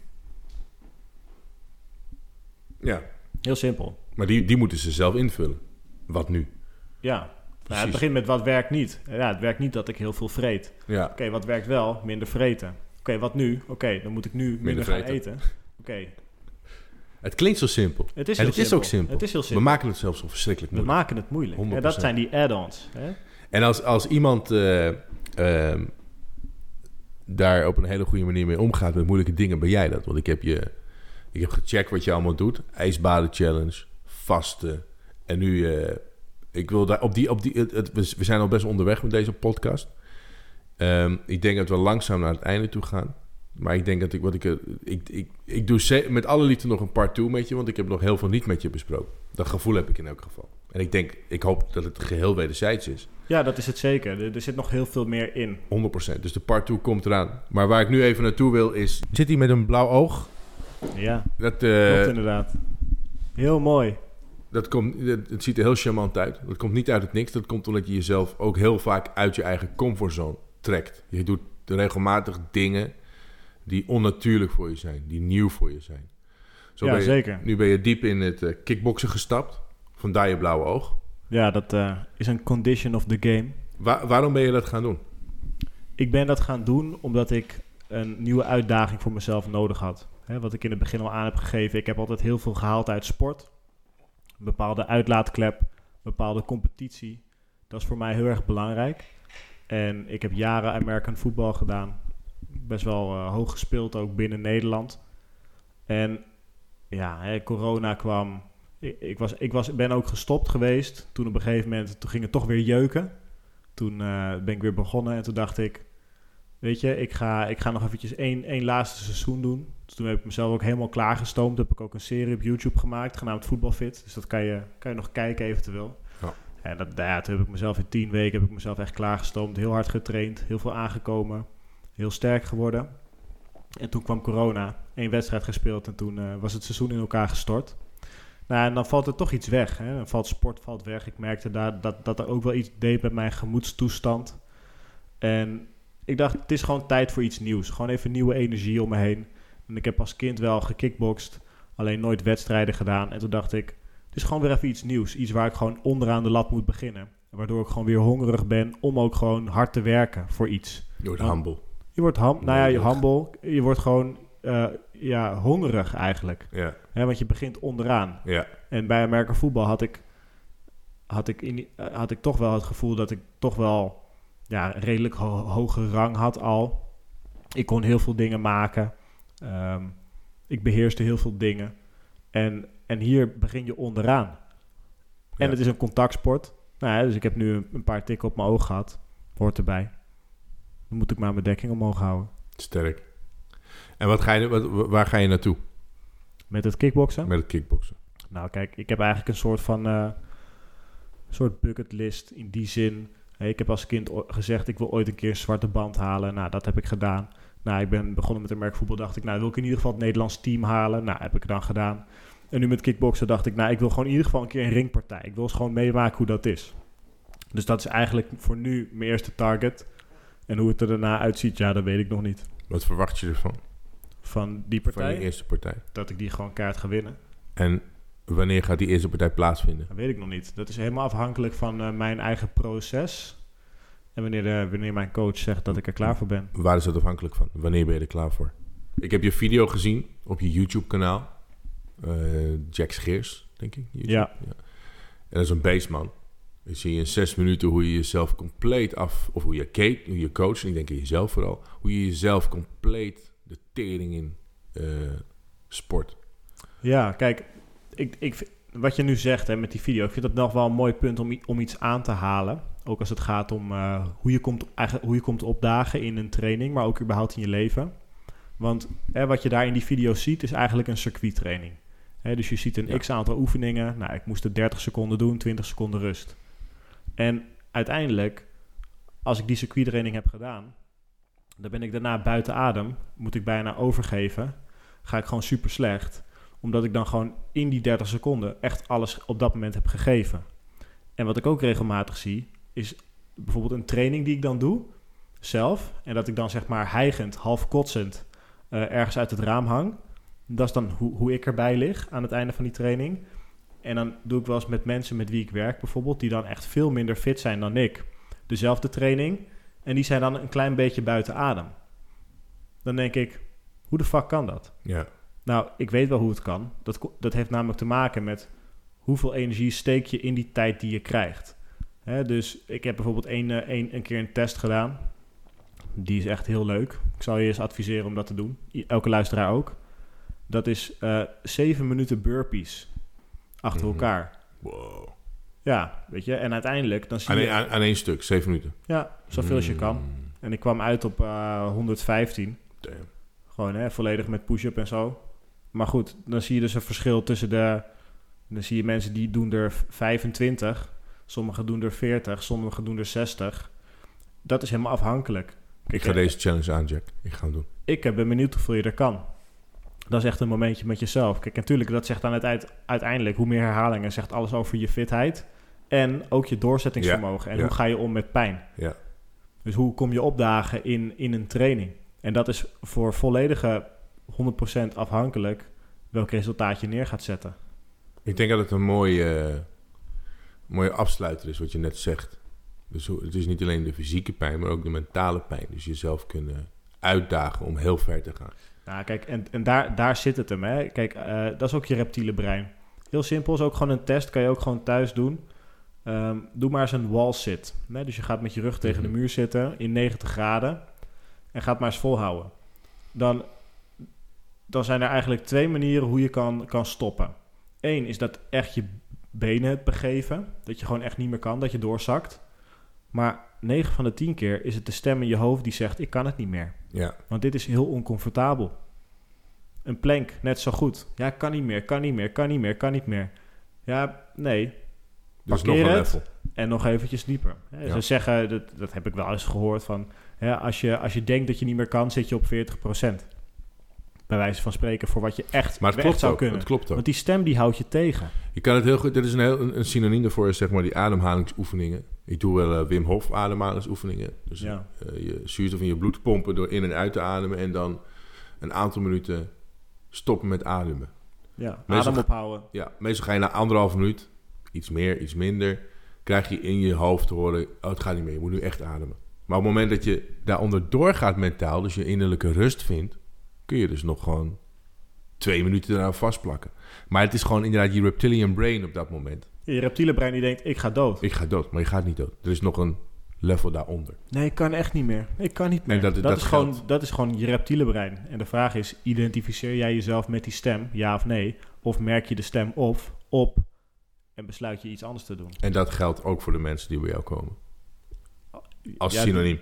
Ja. Heel simpel. Maar die moeten ze zelf invullen. Wat nu? Ja. Nou, het begint met wat werkt niet. Ja, het werkt niet dat ik heel veel vreet. Ja. Oké, wat werkt wel? Minder vreten. Oké, wat nu? Oké, dan moet ik nu minder gaan eten. Oké. Het klinkt zo simpel. Het is heel simpel. Is ook simpel. Het is heel simpel. We maken het zelfs zo verschrikkelijk moeilijk. We maken het moeilijk. 100%. En dat zijn die add-ons. Hè? En als iemand daar op een hele goede manier mee omgaat met moeilijke dingen, ben jij dat. Want ik heb gecheckt wat je allemaal doet. IJsbaden challenge, vasten. En nu, ik wil daar we zijn al best onderweg met deze podcast. Ik denk dat we langzaam naar het einde toe gaan. Maar ik denk dat ik doe met alle liefde nog een part 2 met je, want ik heb nog heel veel niet met je besproken. Dat gevoel heb ik in elk geval. En ik hoop dat het geheel wederzijds is. Ja, dat is het zeker. Er zit nog heel veel meer in. 100%. Dus de part 2 komt eraan. Maar waar ik nu even naartoe wil is, zit hij met een blauw oog? Ja, dat klopt inderdaad. Heel mooi. Het ziet er heel charmant uit. Dat komt niet uit het niks. Dat komt omdat je jezelf ook heel vaak uit je eigen comfortzone trekt. Je doet regelmatig dingen die onnatuurlijk voor je zijn. Die nieuw voor je zijn. Zeker. Nu ben je diep in het kickboksen gestapt. Vandaar je blauwe oog. Ja, dat is een condition of the game. Waarom ben je dat gaan doen? Ik ben dat gaan doen omdat ik een nieuwe uitdaging voor mezelf nodig had. Wat ik in het begin al aan heb gegeven. Ik heb altijd heel veel gehaald uit sport. Een bepaalde uitlaatklep, een bepaalde competitie. Dat is voor mij heel erg belangrijk. En ik heb jaren American voetbal gedaan. Best wel hoog gespeeld, ook binnen Nederland. En ja, corona kwam. Ik ben ook gestopt geweest. Toen op een gegeven moment, ging het toch weer jeuken. Toen ben ik weer begonnen en toen dacht ik, weet je, ik ga nog eventjes één laatste seizoen doen. Dus toen heb ik mezelf ook helemaal klaargestoomd. Heb ik ook een serie op YouTube gemaakt, genaamd Voetbalfit. Dus dat kan je nog kijken eventueel. Ja. En toen heb ik mezelf in 10 weken echt klaargestoomd. Heel hard getraind, heel veel aangekomen. Heel sterk geworden. En toen kwam corona, 1 wedstrijd gespeeld en toen was het seizoen in elkaar gestort. Nou, en dan valt er toch iets weg. Hè? Dan valt sport weg. Ik merkte daar dat er ook wel iets deed met mijn gemoedstoestand. En ik dacht, het is gewoon tijd voor iets nieuws. Gewoon even nieuwe energie om me heen. En ik heb als kind wel gekickbokst, alleen nooit wedstrijden gedaan. En toen dacht ik, het is gewoon weer even iets nieuws. Iets waar ik gewoon onderaan de lat moet beginnen. Waardoor ik gewoon weer hongerig ben om ook gewoon hard te werken voor iets. Je wordt humble. Je wordt humble. Je wordt gewoon hongerig eigenlijk. Ja. Hè, want je begint onderaan. Ja. En bij Amerika voetbal had ik toch wel het gevoel dat ik toch wel redelijk hoge rang had al. Ik kon heel veel dingen maken. Ik beheerste heel veel dingen. En hier begin je onderaan. En het is een contactsport. Nou ja, dus ik heb nu een paar tikken op mijn oog gehad. Hoort erbij. Dan moet ik maar mijn dekking omhoog houden. Sterk. En waar ga je naartoe? Met het kickboksen? Met het kickboksen. Nou kijk, ik heb eigenlijk een soort van soort bucketlist in die zin. Ik heb als kind gezegd, ik wil ooit een keer een zwarte band halen. Nou, dat heb ik gedaan. Nou, ik ben begonnen met Amerika voetbal. Dacht ik, nou, wil ik in ieder geval het Nederlands team halen. Nou, heb ik dan gedaan. En nu met kickboksen dacht ik, nou, ik wil gewoon in ieder geval een keer een ringpartij. Ik wil eens gewoon meemaken hoe dat is. Dus dat is eigenlijk voor nu mijn eerste target. En hoe het er daarna uitziet, dat weet ik nog niet. Wat verwacht je ervan? Van die partij? Van die eerste partij. Dat ik die gewoon kaart ga winnen. En wanneer gaat die eerste partij plaatsvinden? Dat weet ik nog niet. Dat is helemaal afhankelijk van mijn eigen proces. En wanneer mijn coach zegt dat ik er klaar voor ben. Waar is dat afhankelijk van? Wanneer ben je er klaar voor? Ik heb je video gezien op je YouTube-kanaal. Jack Scheers, denk ik. YouTube. Ja. En dat is een beestman. Dan zie je in 6 minuten hoe je jezelf compleet of hoe je coach, en ik denk in jezelf vooral, hoe je jezelf compleet de tering in sport. Ja, kijk, wat je nu zegt met die video, ik vind dat nog wel een mooi punt om iets aan te halen. Ook als het gaat om hoe je komt opdagen in een training, maar ook überhaupt in je leven. Want wat je daar in die video ziet, is eigenlijk een circuittraining. Dus je ziet een x-aantal oefeningen. Nou, ik moest er 30 seconden doen, 20 seconden rust. En uiteindelijk, als ik die circuittraining heb gedaan, dan ben ik daarna buiten adem, moet ik bijna overgeven. Ga ik gewoon super slecht, omdat ik dan gewoon in die 30 seconden echt alles op dat moment heb gegeven. En wat ik ook regelmatig zie, is bijvoorbeeld een training die ik dan doe, zelf. En dat ik dan zeg maar hijgend, half kotsend, ergens uit het raam hang. Dat is dan hoe ik erbij lig aan het einde van die training. En dan doe ik wel eens met mensen met wie ik werk bijvoorbeeld, die dan echt veel minder fit zijn dan ik, dezelfde training. En die zijn dan een klein beetje buiten adem. Dan denk ik, hoe de fuck kan dat? Ja. Nou, ik weet wel hoe het kan. Dat heeft namelijk te maken met hoeveel energie steek je in die tijd die je krijgt. Dus ik heb bijvoorbeeld een keer een test gedaan. Die is echt heel leuk. Ik zal je eens adviseren om dat te doen. Elke luisteraar ook. Dat is 7 minuten burpees achter elkaar. Wow. Ja, weet je. En uiteindelijk dan zie je... Aan één stuk, 7 minuten? Ja, zoveel als je kan. En ik kwam uit op 115. Damn. Gewoon volledig met push-up en zo. Maar goed, dan zie je dus een verschil tussen dan zie je mensen die doen er 25. Sommigen doen er 40. Sommigen doen er 60. Dat is helemaal afhankelijk. Ik ga deze challenge aan, Jack. Ik ga hem doen. Ik ben benieuwd hoeveel je er kan. Dat is echt een momentje met jezelf. Kijk, natuurlijk, dat zegt dan uiteindelijk, hoe meer herhalingen, zegt alles over je fitheid. En ook je doorzettingsvermogen. En hoe ga je om met pijn. Ja. Dus hoe kom je opdagen in een training? En dat is voor volledige 100% afhankelijk welk resultaat je neer gaat zetten. Ik denk dat het een mooie afsluiter is wat je net zegt. Dus het is niet alleen de fysieke pijn, maar ook de mentale pijn. Dus jezelf kunnen uitdagen om heel ver te gaan. Nou, kijk, en daar zit het hem. Hè. Kijk, dat is ook je reptiele brein. Heel simpel, is ook gewoon een test. Kan je ook gewoon thuis doen. Doe maar eens een wall sit. Hè. Dus je gaat met je rug tegen de muur zitten in 90 graden. En gaat maar eens volhouden. Dan zijn er eigenlijk 2 manieren hoe je kan stoppen. 1 is dat echt je benen het begeven. Dat je gewoon echt niet meer kan, dat je doorzakt. Maar 9 van de 10 keer is het de stem in je hoofd die zegt, ik kan het niet meer. Ja. Want dit is heel oncomfortabel. Een plank, net zo goed. Ja, kan niet meer. Ja, nee. Dus nog een level. En nog eventjes dieper. Ja. Ze zeggen, dat heb ik wel eens gehoord van, als je denkt dat je niet meer kan, zit je op 40%. bij wijze van spreken, voor wat je echt, Maar het echt klopt zou ook. kunnen. Het klopt ook. Want die stem die houdt je tegen. Je kan het heel goed... Dit is een synoniem daarvoor, is zeg maar die ademhalingsoefeningen. Ik doe wel Wim Hof ademhalingsoefeningen. Dus je zuurstof in je bloed pompen door in en uit te ademen... en dan een aantal minuten stoppen met ademen. Ja, Meestal adem ophouden. Ja, meestal ga je na 1,5 minuut, iets meer, iets minder... krijg je in je hoofd te horen, oh, het gaat niet meer, je moet nu echt ademen. Maar op het moment dat je daaronder doorgaat mentaal... dus je innerlijke rust vindt... kun je dus nog gewoon 2 minuten eraan vastplakken. Maar het is gewoon inderdaad je reptilian brain op dat moment. Je reptiele brein die denkt, ik ga dood. Ik ga dood, maar je gaat niet dood. Er is nog een level daaronder. Nee, ik kan echt niet meer. Ik kan niet meer. En dat is gewoon je reptiele brein. En de vraag is, identificeer jij jezelf met die stem, ja of nee? Of merk je de stem op en besluit je iets anders te doen? En dat geldt ook voor de mensen die bij jou komen. Als Ja, synoniem.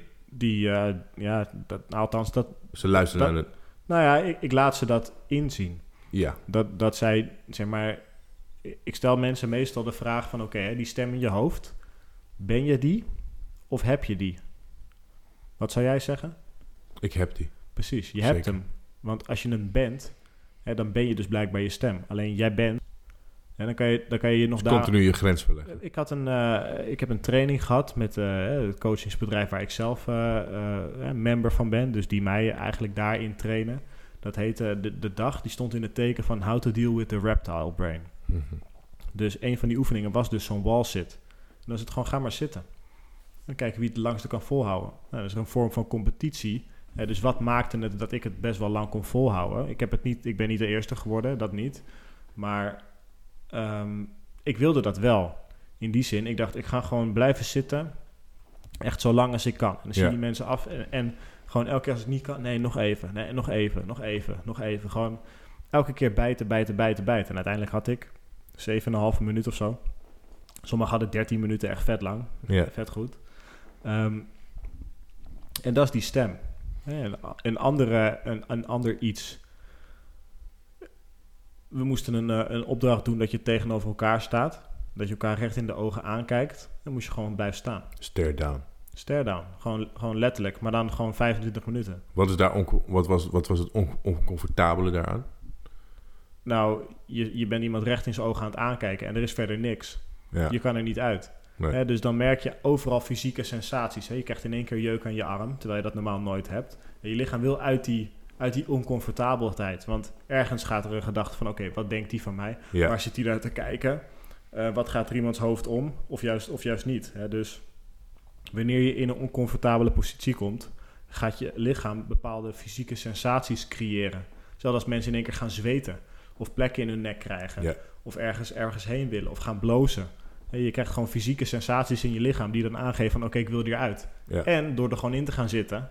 Althans, dat... Ze luisteren naar het... Nou ja, ik laat ze dat inzien. Ja. Dat zij, zeg maar... Ik stel mensen meestal de vraag van... Oké, die stem in je hoofd... Ben je die? Of heb je die? Wat zou jij zeggen? Ik heb die. Precies, je Zeker. hebt hem. Want als je hem bent... dan ben je dus blijkbaar je stem. Alleen jij bent... En dan kan je nog Dus continu je grens verleggen. Ik heb een training gehad met het coachingsbedrijf waar ik zelf member van ben. Dus die mij eigenlijk daarin trainen. Dat heette de dag, die stond in het teken van How to Deal with the Reptile Brain. Mm-hmm. Dus een van die oefeningen was dus zo'n wall sit. En dan is het gewoon, ga maar zitten. Dan kijken wie het langste kan volhouden. Nou, dat is een vorm van competitie. Dus wat maakte het dat ik het best wel lang kon volhouden? Ik ben niet de eerste geworden, dat niet. Maar... ik wilde dat wel. In die zin, ik dacht, ik ga gewoon blijven zitten. Echt zo lang als ik kan. En dan zie je die mensen af. En gewoon elke keer als ik niet kan... Nee, nog even. Nee, nog even. Gewoon elke keer bijten. En uiteindelijk had ik 7,5 minuut of zo. Sommigen hadden 13 minuten, echt vet lang. Ja. Vet goed. En dat is die stem. Een ander iets... We moesten een opdracht doen dat je tegenover elkaar staat. Dat je elkaar recht in de ogen aankijkt. Dan moest je gewoon blijven staan. Stare down. Stare down. Gewoon letterlijk. Maar dan gewoon 25 minuten. Wat was het oncomfortabele daaraan? Nou, je bent iemand recht in zijn ogen aan het aankijken. En er is verder niks. Ja. Je kan er niet uit. Nee. Dus dan merk je overal fysieke sensaties. Je krijgt in één keer jeuk aan je arm. Terwijl je dat normaal nooit hebt. En je lichaam wil uit die oncomfortabelheid. Want ergens gaat er een gedachte van... Oké, wat denkt die van mij? Ja. Waar zit die naar te kijken? Wat gaat er iemands hoofd om? Of juist niet. Dus wanneer je in een oncomfortabele positie komt... gaat je lichaam bepaalde fysieke sensaties creëren. Zelfs als mensen in één keer gaan zweten... of plekken in hun nek krijgen... Ja. of ergens heen willen... of gaan blozen. Je krijgt gewoon fysieke sensaties in je lichaam... die dan aangeven van... Oké, ik wil eruit. Ja. En door er gewoon in te gaan zitten...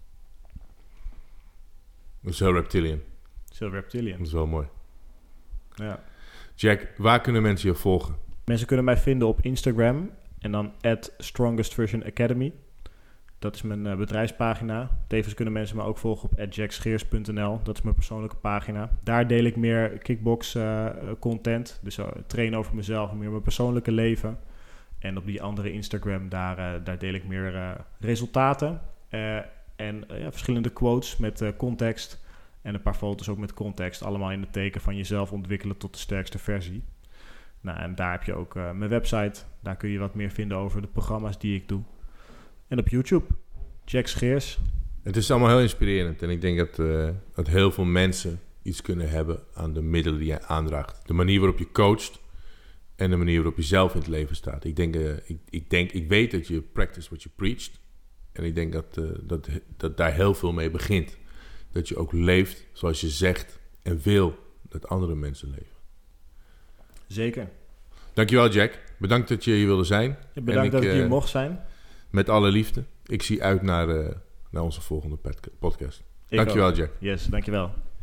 Dat is heel reptilian. reptilian. Dat is wel mooi. Ja. Jack, waar kunnen mensen je volgen? Mensen kunnen mij vinden op Instagram en dan @strongestversionacademy. Dat is mijn bedrijfspagina. Tevens kunnen mensen me ook volgen op @jackscheers.nl. Dat is mijn persoonlijke pagina. Daar deel ik meer kickbox content. Dus trainen over mezelf en meer mijn persoonlijke leven. En op die andere Instagram, daar deel ik meer resultaten. En verschillende quotes met context. En een paar foto's ook met context. Allemaal in het teken van jezelf ontwikkelen tot de sterkste versie. Nou, en daar heb je ook mijn website. Daar kun je wat meer vinden over de programma's die ik doe. En op YouTube, Jack Scheers. Het is allemaal heel inspirerend. En ik denk dat heel veel mensen iets kunnen hebben aan de middelen die jij aandraagt. De manier waarop je coacht en de manier waarop je zelf in het leven staat. Ik weet dat je practice what you preached. En ik denk dat daar heel veel mee begint. Dat je ook leeft zoals je zegt en wil dat andere mensen leven. Zeker. Dankjewel, Jack. Bedankt dat je hier wilde zijn. Bedankt dat ik hier mocht zijn. Met alle liefde. Ik zie uit naar onze volgende podcast. Dankjewel, Jack. Yes, dankjewel.